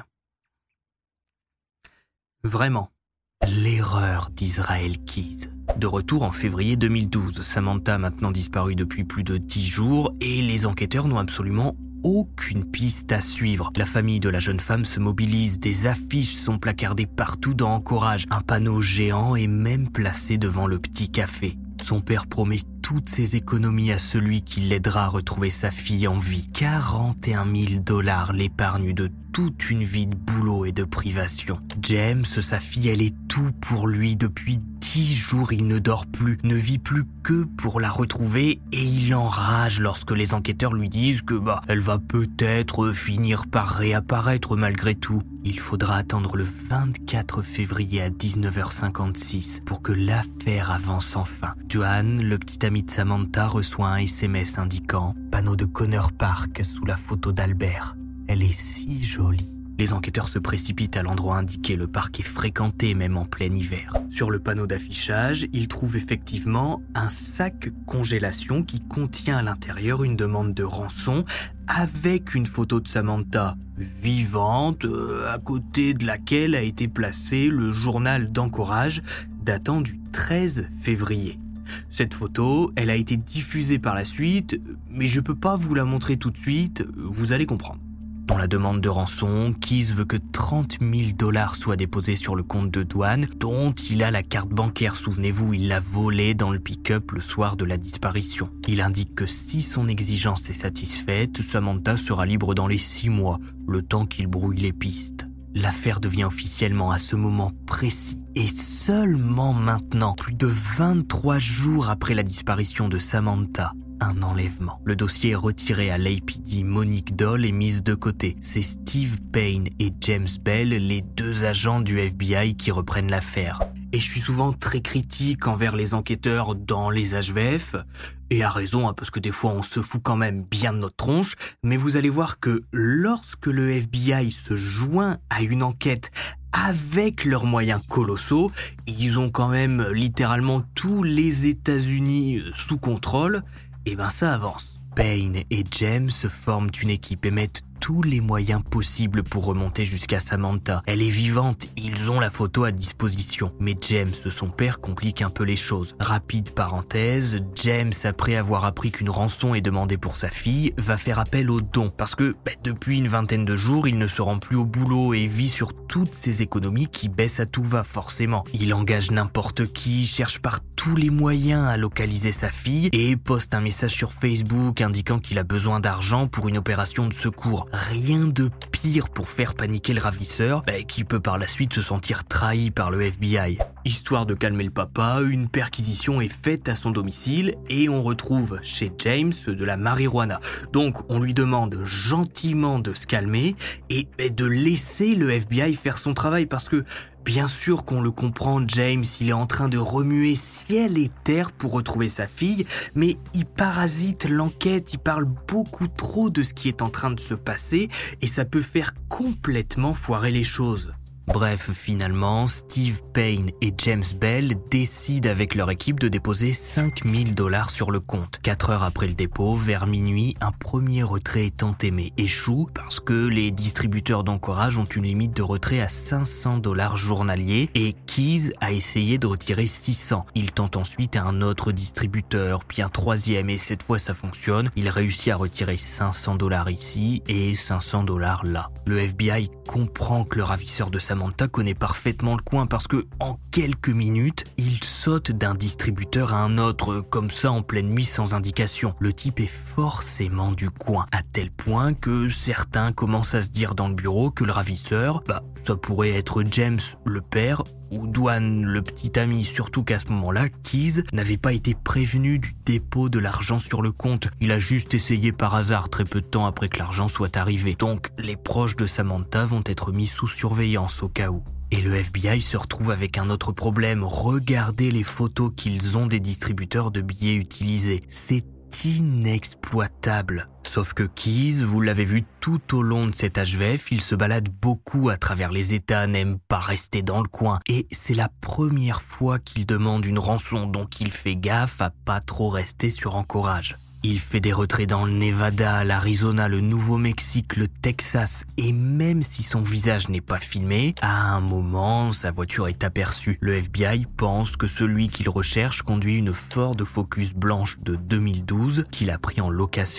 Vraiment. L'erreur d'Israel Keys. De retour en février 2012, Samantha a maintenant disparu depuis plus de 10 jours et les enquêteurs n'ont absolument aucune piste à suivre. La famille de la jeune femme se mobilise, des affiches sont placardées partout dans Anchorage, un panneau géant est même placé devant le petit café. Son père promet toutes ses économies à celui qui l'aidera à retrouver sa fille en vie. 41 000 $, l'épargne de toute une vie de boulot et de privation. James, sa fille, elle est tout pour lui. Depuis 10 jours, il ne dort plus, ne vit plus que pour la retrouver et il enrage lorsque les enquêteurs lui disent que elle va peut-être finir par réapparaître malgré tout. Il faudra attendre le 24 février à 19h56 pour que l'affaire avance enfin. Joan, le petit ami de Samantha, reçoit un SMS indiquant « Panneau de Connor Park sous la photo d'Albert. Elle est si jolie. » Les enquêteurs se précipitent à l'endroit indiqué, le parc est fréquenté même en plein hiver. Sur le panneau d'affichage, ils trouvent effectivement un sac congélation qui contient à l'intérieur une demande de rançon avec une photo de Samantha vivante, à côté de laquelle a été placé le journal d'encourage datant du 13 février. Cette photo, elle a été diffusée par la suite, mais je peux pas vous la montrer tout de suite, vous allez comprendre. Dans la demande de rançon, Keyes veut que 30 000 $ soient déposés sur le compte de Dwan, dont il a la carte bancaire. Souvenez-vous, il l'a volée dans le pick-up le soir de la disparition. Il indique que si son exigence est satisfaite, Samantha sera libre dans les 6 mois, le temps qu'il brouille les pistes. L'affaire devient officiellement à ce moment précis et seulement maintenant, plus de 23 jours après la disparition de Samantha, un enlèvement. Le dossier est retiré à l'APD. Monique Doll est mise de côté. C'est Steve Payne et James Bell, les 2 agents du FBI qui reprennent l'affaire. Et je suis souvent très critique envers les enquêteurs dans les HVF, et à raison, parce que des fois on se fout quand même bien de notre tronche, mais vous allez voir que lorsque le FBI se joint à une enquête avec leurs moyens colossaux, ils ont quand même littéralement tous les États-Unis sous contrôle, et ça avance. Payne et James forment une équipe et mettent tous les moyens possibles pour remonter jusqu'à Samantha. Elle est vivante, ils ont la photo à disposition. Mais James, son père, complique un peu les choses. Rapide parenthèse, James, après avoir appris qu'une rançon est demandée pour sa fille, va faire appel aux dons. Parce que depuis une vingtaine de jours, il ne se rend plus au boulot et vit sur toutes ses économies qui baissent à tout va forcément. Il engage n'importe qui, cherche par tous les moyens à localiser sa fille et poste un message sur Facebook indiquant qu'il a besoin d'argent pour une opération de secours. Rien de pire pour faire paniquer le ravisseur, qui peut par la suite se sentir trahi par le FBI. Histoire de calmer le papa, une perquisition est faite à son domicile et on retrouve chez James de la marijuana. Donc on lui demande gentiment de se calmer et de laisser le FBI faire son travail parce que bien sûr qu'on le comprend, James, il est en train de remuer ciel et terre pour retrouver sa fille, mais il parasite l'enquête, il parle beaucoup trop de ce qui est en train de se passer et ça peut faire complètement foirer les choses. Bref, finalement, Steve Payne et James Bell décident avec leur équipe de déposer 5 000 $ sur le compte. 4 heures après le dépôt, vers minuit, un premier retrait tant aimé échoue parce que les distributeurs d'encourage ont une limite de retrait à 500 $ journaliers et Keyes a essayé de retirer 600. Il tente ensuite un autre distributeur, puis un troisième et cette fois ça fonctionne. Il réussit à retirer 500 $ ici et 500 $ là. Le FBI comprend que le ravisseur de Samantha connaît parfaitement le coin parce que, en quelques minutes, il saute d'un distributeur à un autre, comme ça en pleine nuit sans indication. Le type est forcément du coin, à tel point que certains commencent à se dire dans le bureau que le ravisseur, ça pourrait être James, le père, ou Dwan, le petit ami, surtout qu'à ce moment-là, Keyes n'avait pas été prévenu du dépôt de l'argent sur le compte. Il a juste essayé par hasard très peu de temps après que l'argent soit arrivé. Donc, les proches de Samantha vont être mis sous surveillance au cas où. Et le FBI se retrouve avec un autre problème. Regardez les photos qu'ils ont des distributeurs de billets utilisés. C'est inexploitable. Sauf que Keyes, vous l'avez vu tout au long de cet HVF, il se balade beaucoup à travers les États, n'aime pas rester dans le coin. Et c'est la première fois qu'il demande une rançon, donc il fait gaffe à pas trop rester sur encourage. Il fait des retraits dans le Nevada, l'Arizona, le Nouveau-Mexique, le Texas, et même si son visage n'est pas filmé, à un moment, sa voiture est aperçue. Le FBI pense que celui qu'il recherche conduit une Ford Focus blanche de 2012 qu'il a pris en location.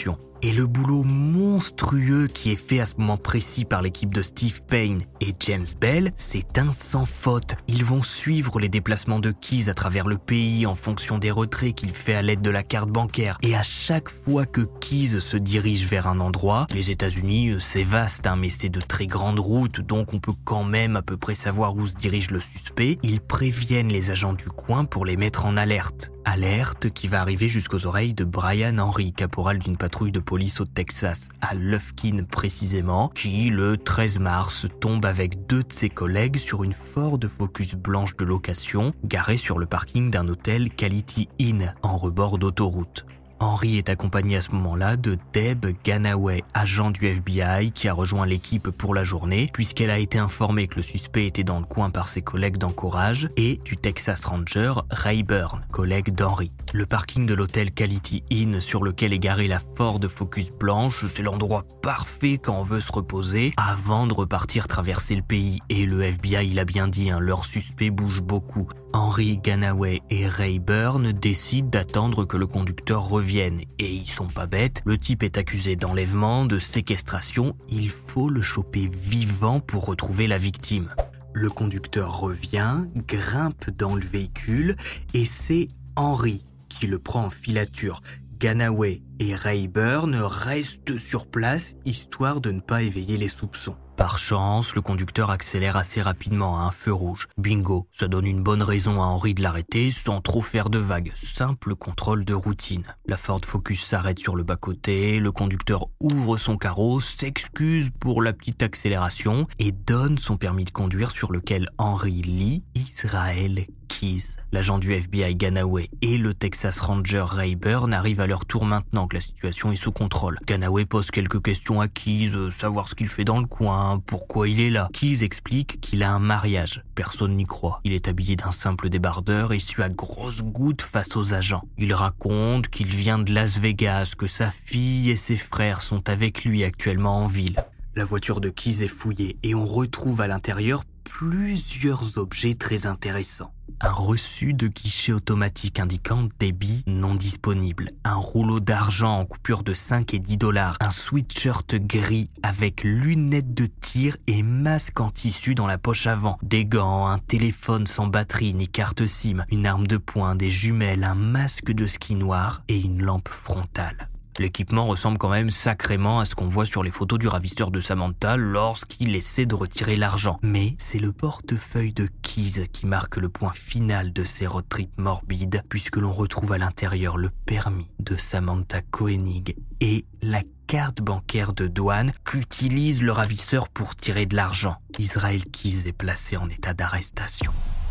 Et le boulot monstrueux qui est fait à ce moment précis par l'équipe de Steve Payne et James Bell, c'est un sans faute. Ils vont suivre les déplacements de Keyes à travers le pays en fonction des retraits qu'il fait à l'aide de la carte bancaire. Et à chaque fois que Keyes se dirige vers un endroit, les États-Unis, c'est vaste, mais c'est de très grandes routes, donc on peut quand même à peu près savoir où se dirige le suspect. Ils préviennent les agents du coin pour les mettre en alerte. Alerte qui va arriver jusqu'aux oreilles de Brian Henry, caporal d'une patrouille de police au Texas, à Lufkin précisément, qui, le 13 mars, tombe avec 2 de ses collègues sur une Ford Focus blanche de location, garée sur le parking d'un hôtel Quality Inn, en rebord d'autoroute. Henry est accompagné à ce moment-là de Deb Ganaway, agent du FBI qui a rejoint l'équipe pour la journée puisqu'elle a été informée que le suspect était dans le coin par ses collègues d'encourage, et du Texas Ranger Rayburn, collègue d'Henry. Le parking de l'hôtel Quality Inn sur lequel est garée la Ford Focus blanche, c'est l'endroit parfait quand on veut se reposer avant de repartir traverser le pays. Et le FBI, il a bien dit, leur suspect bouge beaucoup. Henry Ganaway et Rayburn décident d'attendre que le conducteur revienne. Et ils sont pas bêtes, le type est accusé d'enlèvement, de séquestration, il faut le choper vivant pour retrouver la victime. Le conducteur revient, grimpe dans le véhicule et c'est Henry qui le prend en filature. Ganaway et Rayburn restent sur place histoire de ne pas éveiller les soupçons. Par chance, le conducteur accélère assez rapidement à un feu rouge. Bingo, ça donne une bonne raison à Henry de l'arrêter sans trop faire de vagues. Simple contrôle de routine. La Ford Focus s'arrête sur le bas-côté, le conducteur ouvre son carreau, s'excuse pour la petite accélération et donne son permis de conduire sur lequel Henry lit Israel Keyes. L'agent du FBI Ganaway et le Texas Ranger Rayburn arrivent à leur tour maintenant que la situation est sous contrôle. Ganaway pose quelques questions à Keyes, savoir ce qu'il fait dans le coin, pourquoi il est là. Keyes explique qu'il a un mariage. Personne n'y croit. Il est habillé d'un simple débardeur et sue à grosses gouttes face aux agents. Il raconte qu'il vient de Las Vegas, que sa fille et ses frères sont avec lui actuellement en ville. La voiture de Keyes est fouillée et on retrouve à l'intérieur plusieurs objets très intéressants. Un reçu de guichet automatique indiquant débit non disponible, un rouleau d'argent en coupure de 5 et 10 $, un sweatshirt gris avec lunettes de tir et masque en tissu dans la poche avant, des gants, un téléphone sans batterie ni carte SIM, une arme de poing, des jumelles, un masque de ski noir et une lampe frontale. L'équipement ressemble quand même sacrément à ce qu'on voit sur les photos du ravisseur de Samantha lorsqu'il essaie de retirer l'argent. Mais c'est le portefeuille de Keyes qui marque le point final de ces road trips morbides, puisque l'on retrouve à l'intérieur le permis de Samantha Koenig et la carte bancaire de douane qu'utilise le ravisseur pour tirer de l'argent. Israel Keyes est placé en état d'arrestation.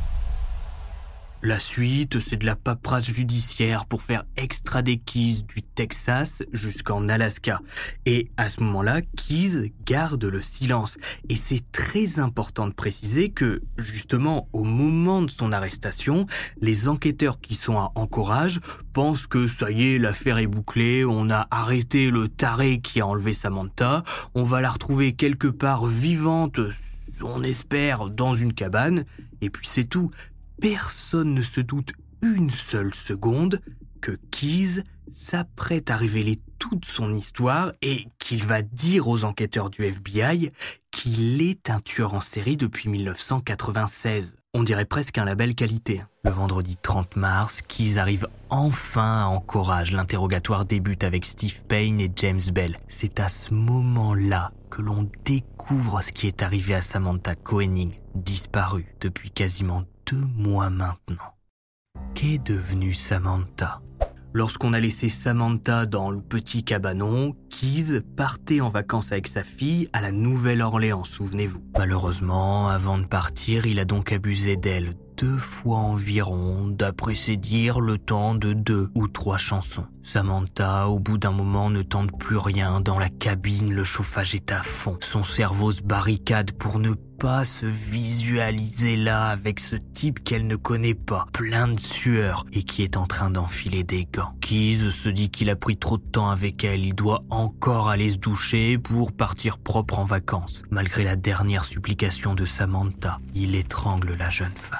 La suite, c'est de la paperasse judiciaire pour faire extrader Keyes du Texas jusqu'en Alaska. Et à ce moment-là, Keyes garde le silence. Et c'est très important de préciser que, justement, au moment de son arrestation, les enquêteurs qui sont à Anchorage pensent que ça y est, l'affaire est bouclée, on a arrêté le taré qui a enlevé Samantha, on va la retrouver quelque part vivante, on espère, dans une cabane, et puis c'est tout. Personne ne se doute une seule seconde que Keyes s'apprête à révéler toute son histoire et qu'il va dire aux enquêteurs du FBI qu'il est un tueur en série depuis 1996. On dirait presque un label qualité. Le vendredi 30 mars, Keyes arrive enfin à Anchorage. L'interrogatoire débute avec Steve Payne et James Bell. C'est à ce moment-là que l'on découvre ce qui est arrivé à Samantha Koenig, disparue depuis quasiment 2 mois maintenant. Qu'est devenue Samantha ? Lorsqu'on a laissé Samantha dans le petit cabanon, Keyes partait en vacances avec sa fille à la Nouvelle-Orléans, souvenez-vous. Malheureusement, avant de partir, il a donc abusé d'elle 2 fois environ, d'après ses dires, le temps de 2 ou 3 chansons. Samantha, au bout d'un moment, ne tente plus rien. Dans la cabine, le chauffage est à fond. Son cerveau se barricade pour ne pas se visualiser là avec ce type qu'elle ne connaît pas, plein de sueur et qui est en train d'enfiler des gants. Keyes se dit qu'il a pris trop de temps avec elle, il doit encore aller se doucher pour partir propre en vacances. Malgré la dernière supplication de Samantha, il étrangle la jeune femme.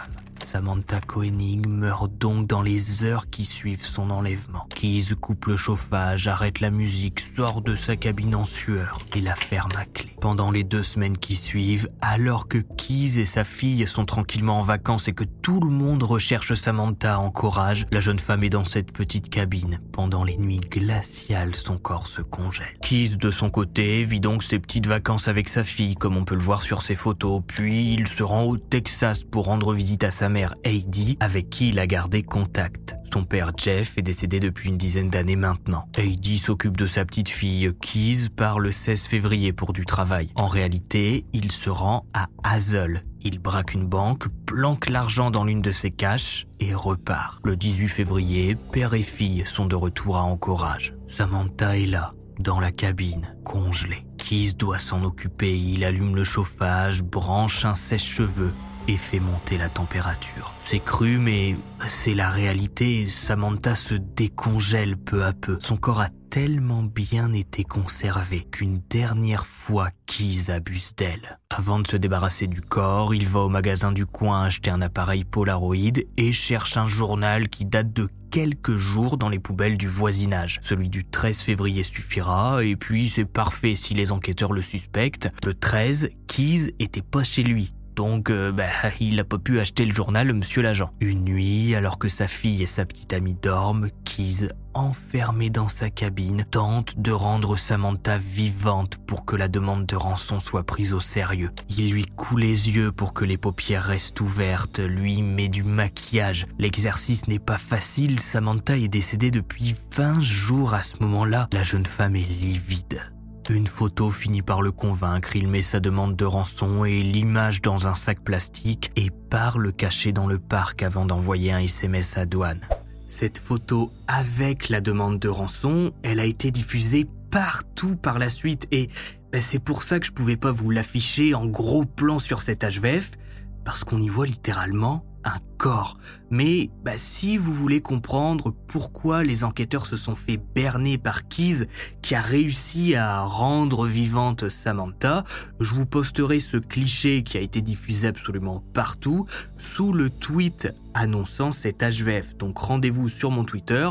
Samantha Koenig meurt donc dans les heures qui suivent son enlèvement. Keyes coupe le chauffage, arrête la musique, sort de sa cabine en sueur et la ferme à clé. Pendant les 2 semaines qui suivent, alors que Keyes et sa fille sont tranquillement en vacances et que tout le monde recherche Samantha en Courage, la jeune femme est dans cette petite cabine. Pendant les nuits glaciales, son corps se congèle. Keyes, de son côté, vit donc ses petites vacances avec sa fille, comme on peut le voir sur ses photos. Puis il se rend au Texas pour rendre visite à sa mère Heidi, avec qui il a gardé contact. Son père Jeff est décédé depuis une dizaine d'années maintenant. Heidi s'occupe de sa petite fille. Keyes part le 16 février pour du travail. En réalité, il se rend à Hazel. Il braque une banque, planque l'argent dans l'une de ses caches et repart. Le 18 février, père et fille sont de retour à Anchorage. Samantha est là, dans la cabine, congelée. Keyes doit s'en occuper. Il allume le chauffage, branche un sèche-cheveux et fait monter la température. C'est cru, mais c'est la réalité. Samantha se décongèle peu à peu. Son corps a tellement bien été conservé qu'une dernière fois, Keyes abuse d'elle. Avant de se débarrasser du corps, il va au magasin du coin acheter un appareil Polaroid et cherche un journal qui date de quelques jours dans les poubelles du voisinage. Celui du 13 février suffira, et puis c'est parfait si les enquêteurs le suspectent. Le 13, Keyes était pas chez lui. Donc, il n'a pas pu acheter le journal, monsieur l'agent. Une nuit, alors que sa fille et sa petite amie dorment, Keyes, enfermé dans sa cabine, tente de rendre Samantha vivante pour que la demande de rançon soit prise au sérieux. Il lui coule les yeux pour que les paupières restent ouvertes, lui met du maquillage. L'exercice n'est pas facile, Samantha est décédée depuis 20 jours à ce moment-là. La jeune femme est livide. Une photo finit par le convaincre, il met sa demande de rançon et l'image dans un sac plastique et part le cacher dans le parc avant d'envoyer un SMS à douane. Cette photo avec la demande de rançon, elle a été diffusée partout par la suite et c'est pour ça que je pouvais pas vous l'afficher en gros plan sur cet HVF, parce qu'on y voit littéralement un corps. Mais si vous voulez comprendre pourquoi les enquêteurs se sont fait berner par Keyes, qui a réussi à rendre vivante Samantha, je vous posterai ce cliché qui a été diffusé absolument partout sous le tweet annonçant cet HVF. Donc rendez-vous sur mon Twitter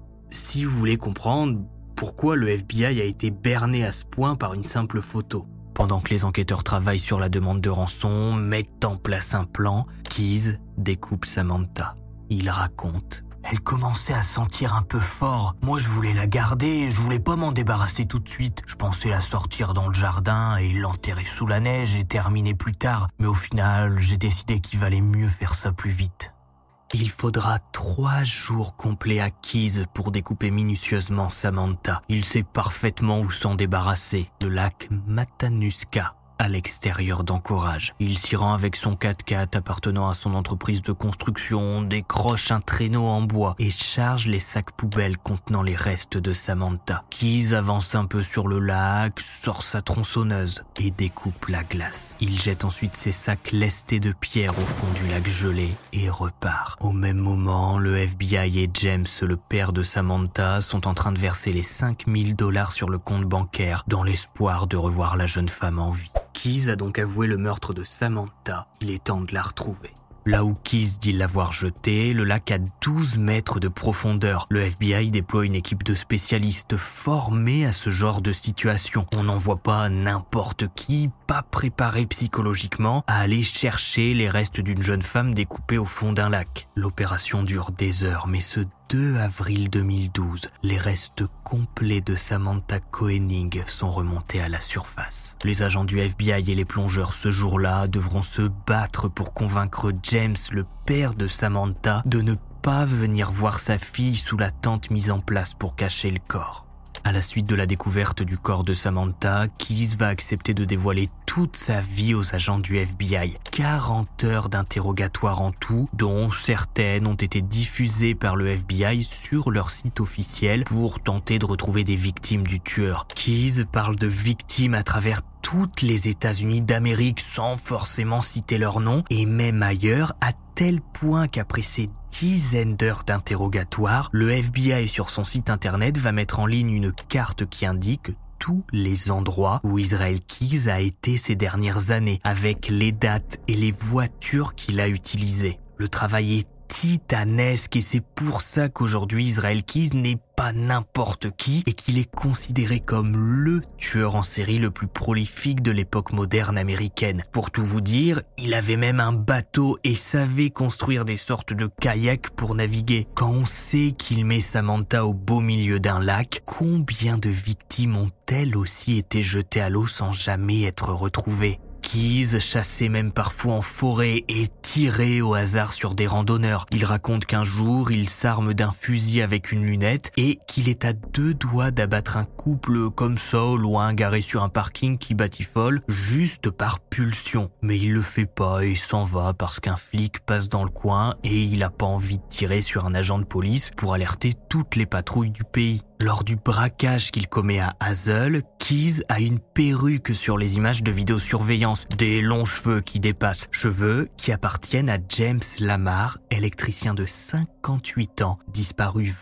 si vous voulez comprendre pourquoi le FBI a été berné à ce point par une simple photo. Pendant que les enquêteurs travaillent sur la demande de rançon, mettent en place un plan, Keyes découpe Samantha. Il raconte « Elle commençait à sentir un peu fort. Moi, je voulais la garder, je voulais pas m'en débarrasser tout de suite. Je pensais la sortir dans le jardin et l'enterrer sous la neige et terminer plus tard. Mais au final, j'ai décidé qu'il valait mieux faire ça plus vite. » Il faudra 3 jours complets à Keyes pour découper minutieusement Samantha. Il sait parfaitement où s'en débarrasser. Le lac Matanuska, à l'extérieur d'Anchorage. Il s'y rend avec son 4x4 appartenant à son entreprise de construction, décroche un traîneau en bois et charge les sacs poubelles contenant les restes de Samantha. Keyes avance un peu sur le lac, sort sa tronçonneuse et découpe la glace. Il jette ensuite ses sacs lestés de pierre au fond du lac gelé et repart. Au même moment, le FBI et James, le père de Samantha, sont en train de verser les $5 000 sur le compte bancaire dans l'espoir de revoir la jeune femme en vie. Keyes a donc avoué le meurtre de Samantha. Il est temps de la retrouver. Là où Keyes dit l'avoir jetée, le lac a 12 mètres de profondeur. Le FBI déploie une équipe de spécialistes formés à ce genre de situation. On n'envoie pas n'importe qui, pas préparé psychologiquement, à aller chercher les restes d'une jeune femme découpée au fond d'un lac. L'opération dure des heures, mais ce 2 avril 2012, les restes complets de Samantha Koenig sont remontés à la surface. Les agents du FBI et les plongeurs ce jour-là devront se battre pour convaincre James, le père de Samantha, de ne pas venir voir sa fille sous la tente mise en place pour cacher le corps. À la suite de la découverte du corps de Samantha, Keyes va accepter de dévoiler toute sa vie aux agents du FBI. 40 heures d'interrogatoire en tout, dont certaines ont été diffusées par le FBI sur leur site officiel pour tenter de retrouver des victimes du tueur. Keyes parle de victimes à travers toutes les États-Unis d'Amérique sans forcément citer leur nom et même ailleurs, à tel point qu'après ces dizaines d'heures d'interrogatoire, le FBI sur son site internet va mettre en ligne une carte qui indique tous les endroits où Israel Keyes a été ces dernières années, avec les dates et les voitures qu'il a utilisées. Le travail est titanesque et c'est pour ça qu'aujourd'hui Israel Keyes n'est pas n'importe qui et qu'il est considéré comme le tueur en série le plus prolifique de l'époque moderne américaine. Pour tout vous dire, il avait même un bateau et savait construire des sortes de kayaks pour naviguer. Quand on sait qu'il met Samantha au beau milieu d'un lac, combien de victimes ont-elles aussi été jetées à l'eau sans jamais être retrouvées ? Keyes chassait même parfois en forêt et tirait au hasard sur des randonneurs. Il raconte qu'un jour, il s'arme d'un fusil avec une lunette et qu'il est à 2 doigts d'abattre un couple comme ça au loin garé sur un parking qui batifole juste par pulsion. Mais il le fait pas et s'en va parce qu'un flic passe dans le coin et il a pas envie de tirer sur un agent de police pour alerter toutes les patrouilles du pays. Lors du braquage qu'il commet à Hazel, Keyes a une perruque sur les images de vidéosurveillance, des longs cheveux qui dépassent, cheveux qui appartiennent à James Lamar, électricien de 58 ans, disparu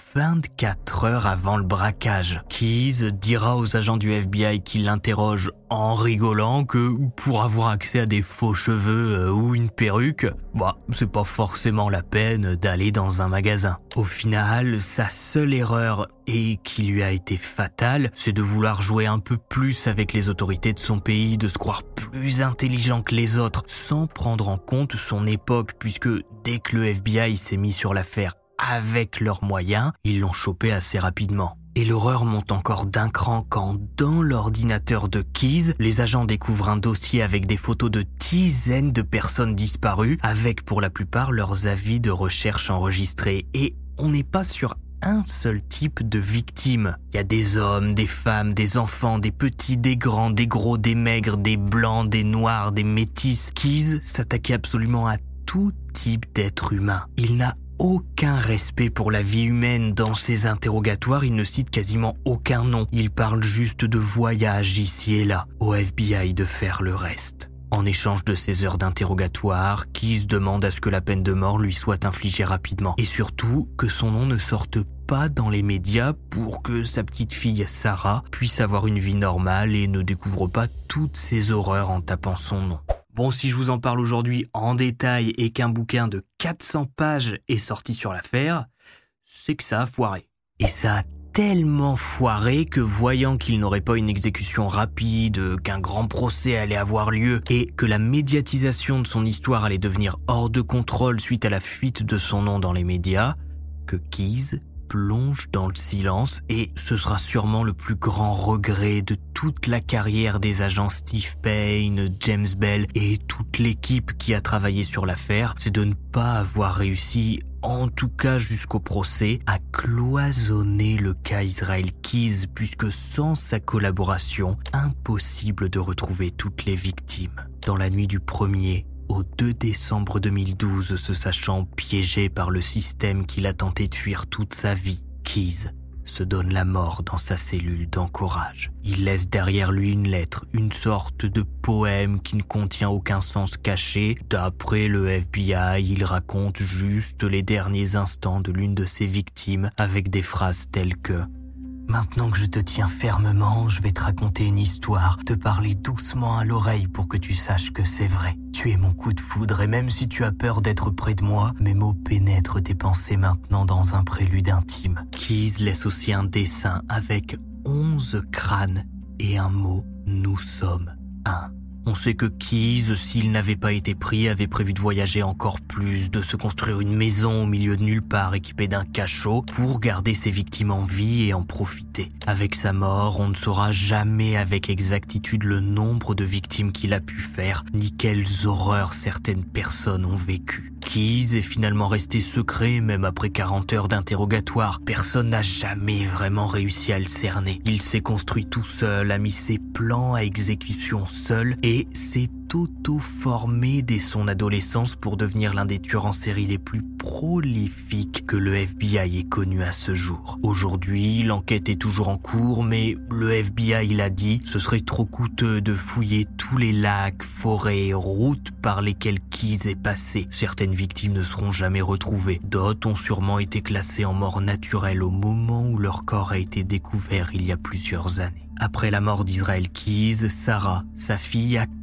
24 heures avant le braquage. Keyes dira aux agents du FBI qui l'interrogent en rigolant que pour avoir accès à des faux cheveux ou une perruque, c'est pas forcément la peine d'aller dans un magasin. Au final, sa seule erreur et qui lui a été fatale, c'est de vouloir jouer un peu plus avec les autorités de son pays, de se croire plus intelligent que les autres, sans prendre en compte son époque, puisque dès que le FBI s'est mis sur l'affaire avec leurs moyens, ils l'ont chopé assez rapidement. Et l'horreur monte encore d'un cran quand, dans l'ordinateur de Keyes, les agents découvrent un dossier avec des photos de dizaines de personnes disparues, avec pour la plupart leurs avis de recherche enregistrés. Et on n'est pas sur un seul type de victime. Il y a des hommes, des femmes, des enfants, des petits, des grands, des gros, des maigres, des blancs, des noirs, des métis. Keyes s'attaquait absolument à tout type d'être humain. Il n'a aucun respect pour la vie humaine. Dans ses interrogatoires, il ne cite quasiment aucun nom. Il parle juste de voyages ici et là, au FBI de faire le reste. En échange de ces heures d'interrogatoire, Keyes demande à ce que la peine de mort lui soit infligée rapidement et surtout que son nom ne sorte pas dans les médias pour que sa petite fille Sarah puisse avoir une vie normale et ne découvre pas toutes ces horreurs en tapant son nom. Bon, si je vous en parle aujourd'hui en détail et qu'un bouquin de 400 pages est sorti sur l'affaire, c'est que ça a foiré. Et ça a tellement foiré que voyant qu'il n'aurait pas une exécution rapide, qu'un grand procès allait avoir lieu et que la médiatisation de son histoire allait devenir hors de contrôle suite à la fuite de son nom dans les médias, que Keyes plonge dans le silence et ce sera sûrement le plus grand regret de toute la carrière des agents Steve Payne, James Bell et toute l'équipe qui a travaillé sur l'affaire, c'est de ne pas avoir réussi, en tout cas jusqu'au procès, à cloisonner le cas Israel Keyes puisque sans sa collaboration, impossible de retrouver toutes les victimes. Dans la nuit du 1er au 2 décembre 2012, se sachant piégé par le système qu'il a tenté de fuir toute sa vie, Keyes se donne la mort dans sa cellule d'encourage. Il laisse derrière lui une lettre, une sorte de poème qui ne contient aucun sens caché. D'après le FBI, il raconte juste les derniers instants de l'une de ses victimes avec des phrases telles que « Maintenant que je te tiens fermement, je vais te raconter une histoire, te parler doucement à l'oreille pour que tu saches que c'est vrai. Tu es mon coup de foudre et même si tu as peur d'être près de moi, mes mots pénètrent tes pensées maintenant dans un prélude intime. » Keyes laisse aussi un dessin avec 11 crânes et un mot « Nous sommes un ». On sait que Keyes, s'il n'avait pas été pris, avait prévu de voyager encore plus, de se construire une maison au milieu de nulle part équipée d'un cachot pour garder ses victimes en vie et en profiter. Avec sa mort, on ne saura jamais avec exactitude le nombre de victimes qu'il a pu faire, ni quelles horreurs certaines personnes ont vécues. Keyes est finalement resté secret, même après 40 heures d'interrogatoire. Personne n'a jamais vraiment réussi à le cerner. Il s'est construit tout seul, a mis ses plans à exécution seul et s'est auto-formé dès son adolescence pour devenir l'un des tueurs en série les plus prolifiques que le FBI ait connu à ce jour. Aujourd'hui, l'enquête est toujours en cours, mais le FBI l'a dit, ce serait trop coûteux de fouiller tous les lacs, forêts, routes par lesquelles Keyes est passé. Certaines victimes ne seront jamais retrouvées. D'autres ont sûrement été classées en mort naturelle au moment où leur corps a été découvert il y a plusieurs années. Après la mort d'Israel Keyes, Sarah, sa fille, a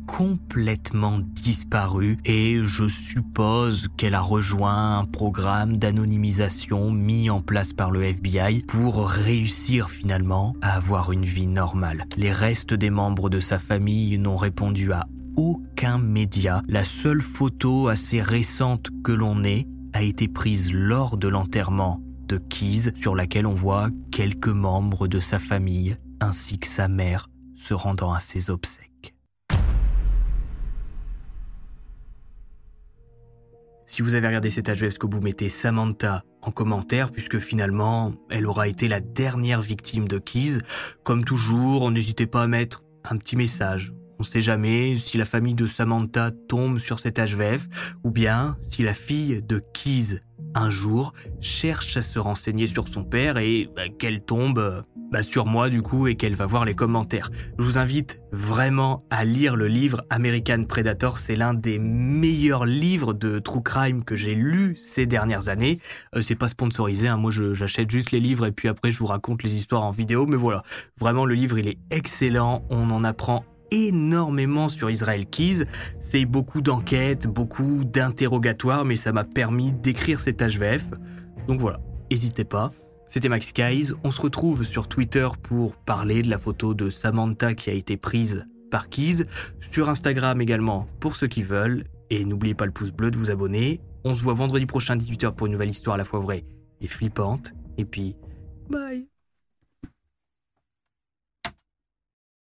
complètement disparu et je suppose qu'elle a rejoint un programme d'anonymisation mis en place par le FBI pour réussir finalement à avoir une vie normale. Les restes des membres de sa famille n'ont répondu à aucun média. La seule photo assez récente que l'on ait a été prise lors de l'enterrement de Keyes, sur laquelle on voit quelques membres de sa famille ainsi que sa mère se rendant à ses obsèques. Si vous avez regardé cet HVF jusqu'au bout, mettez Samantha en commentaire puisque finalement, elle aura été la dernière victime de Keyes. Comme toujours, n'hésitez pas à mettre un petit message. On ne sait jamais si la famille de Samantha tombe sur cet HVF ou bien si la fille de Keyes, un jour, cherche à se renseigner sur son père et qu'elle tombe sur moi du coup et qu'elle va voir les commentaires. Je vous invite vraiment à lire le livre American Predator. C'est l'un des meilleurs livres de true crime que j'ai lu ces dernières années. C'est pas sponsorisé, moi j'achète juste les livres et puis après je vous raconte les histoires en vidéo. Mais voilà, vraiment le livre il est excellent, on en apprend énormément sur Israel Keyes. C'est beaucoup d'enquêtes, beaucoup d'interrogatoires, mais ça m'a permis d'écrire cet HVF. Donc voilà, n'hésitez pas. C'était Max Keyes, on se retrouve sur Twitter pour parler de la photo de Samantha qui a été prise par Keyes, sur Instagram également pour ceux qui veulent, et n'oubliez pas le pouce bleu de vous abonner. On se voit vendredi prochain à 18h pour une nouvelle histoire à la fois vraie et flippante, et puis bye.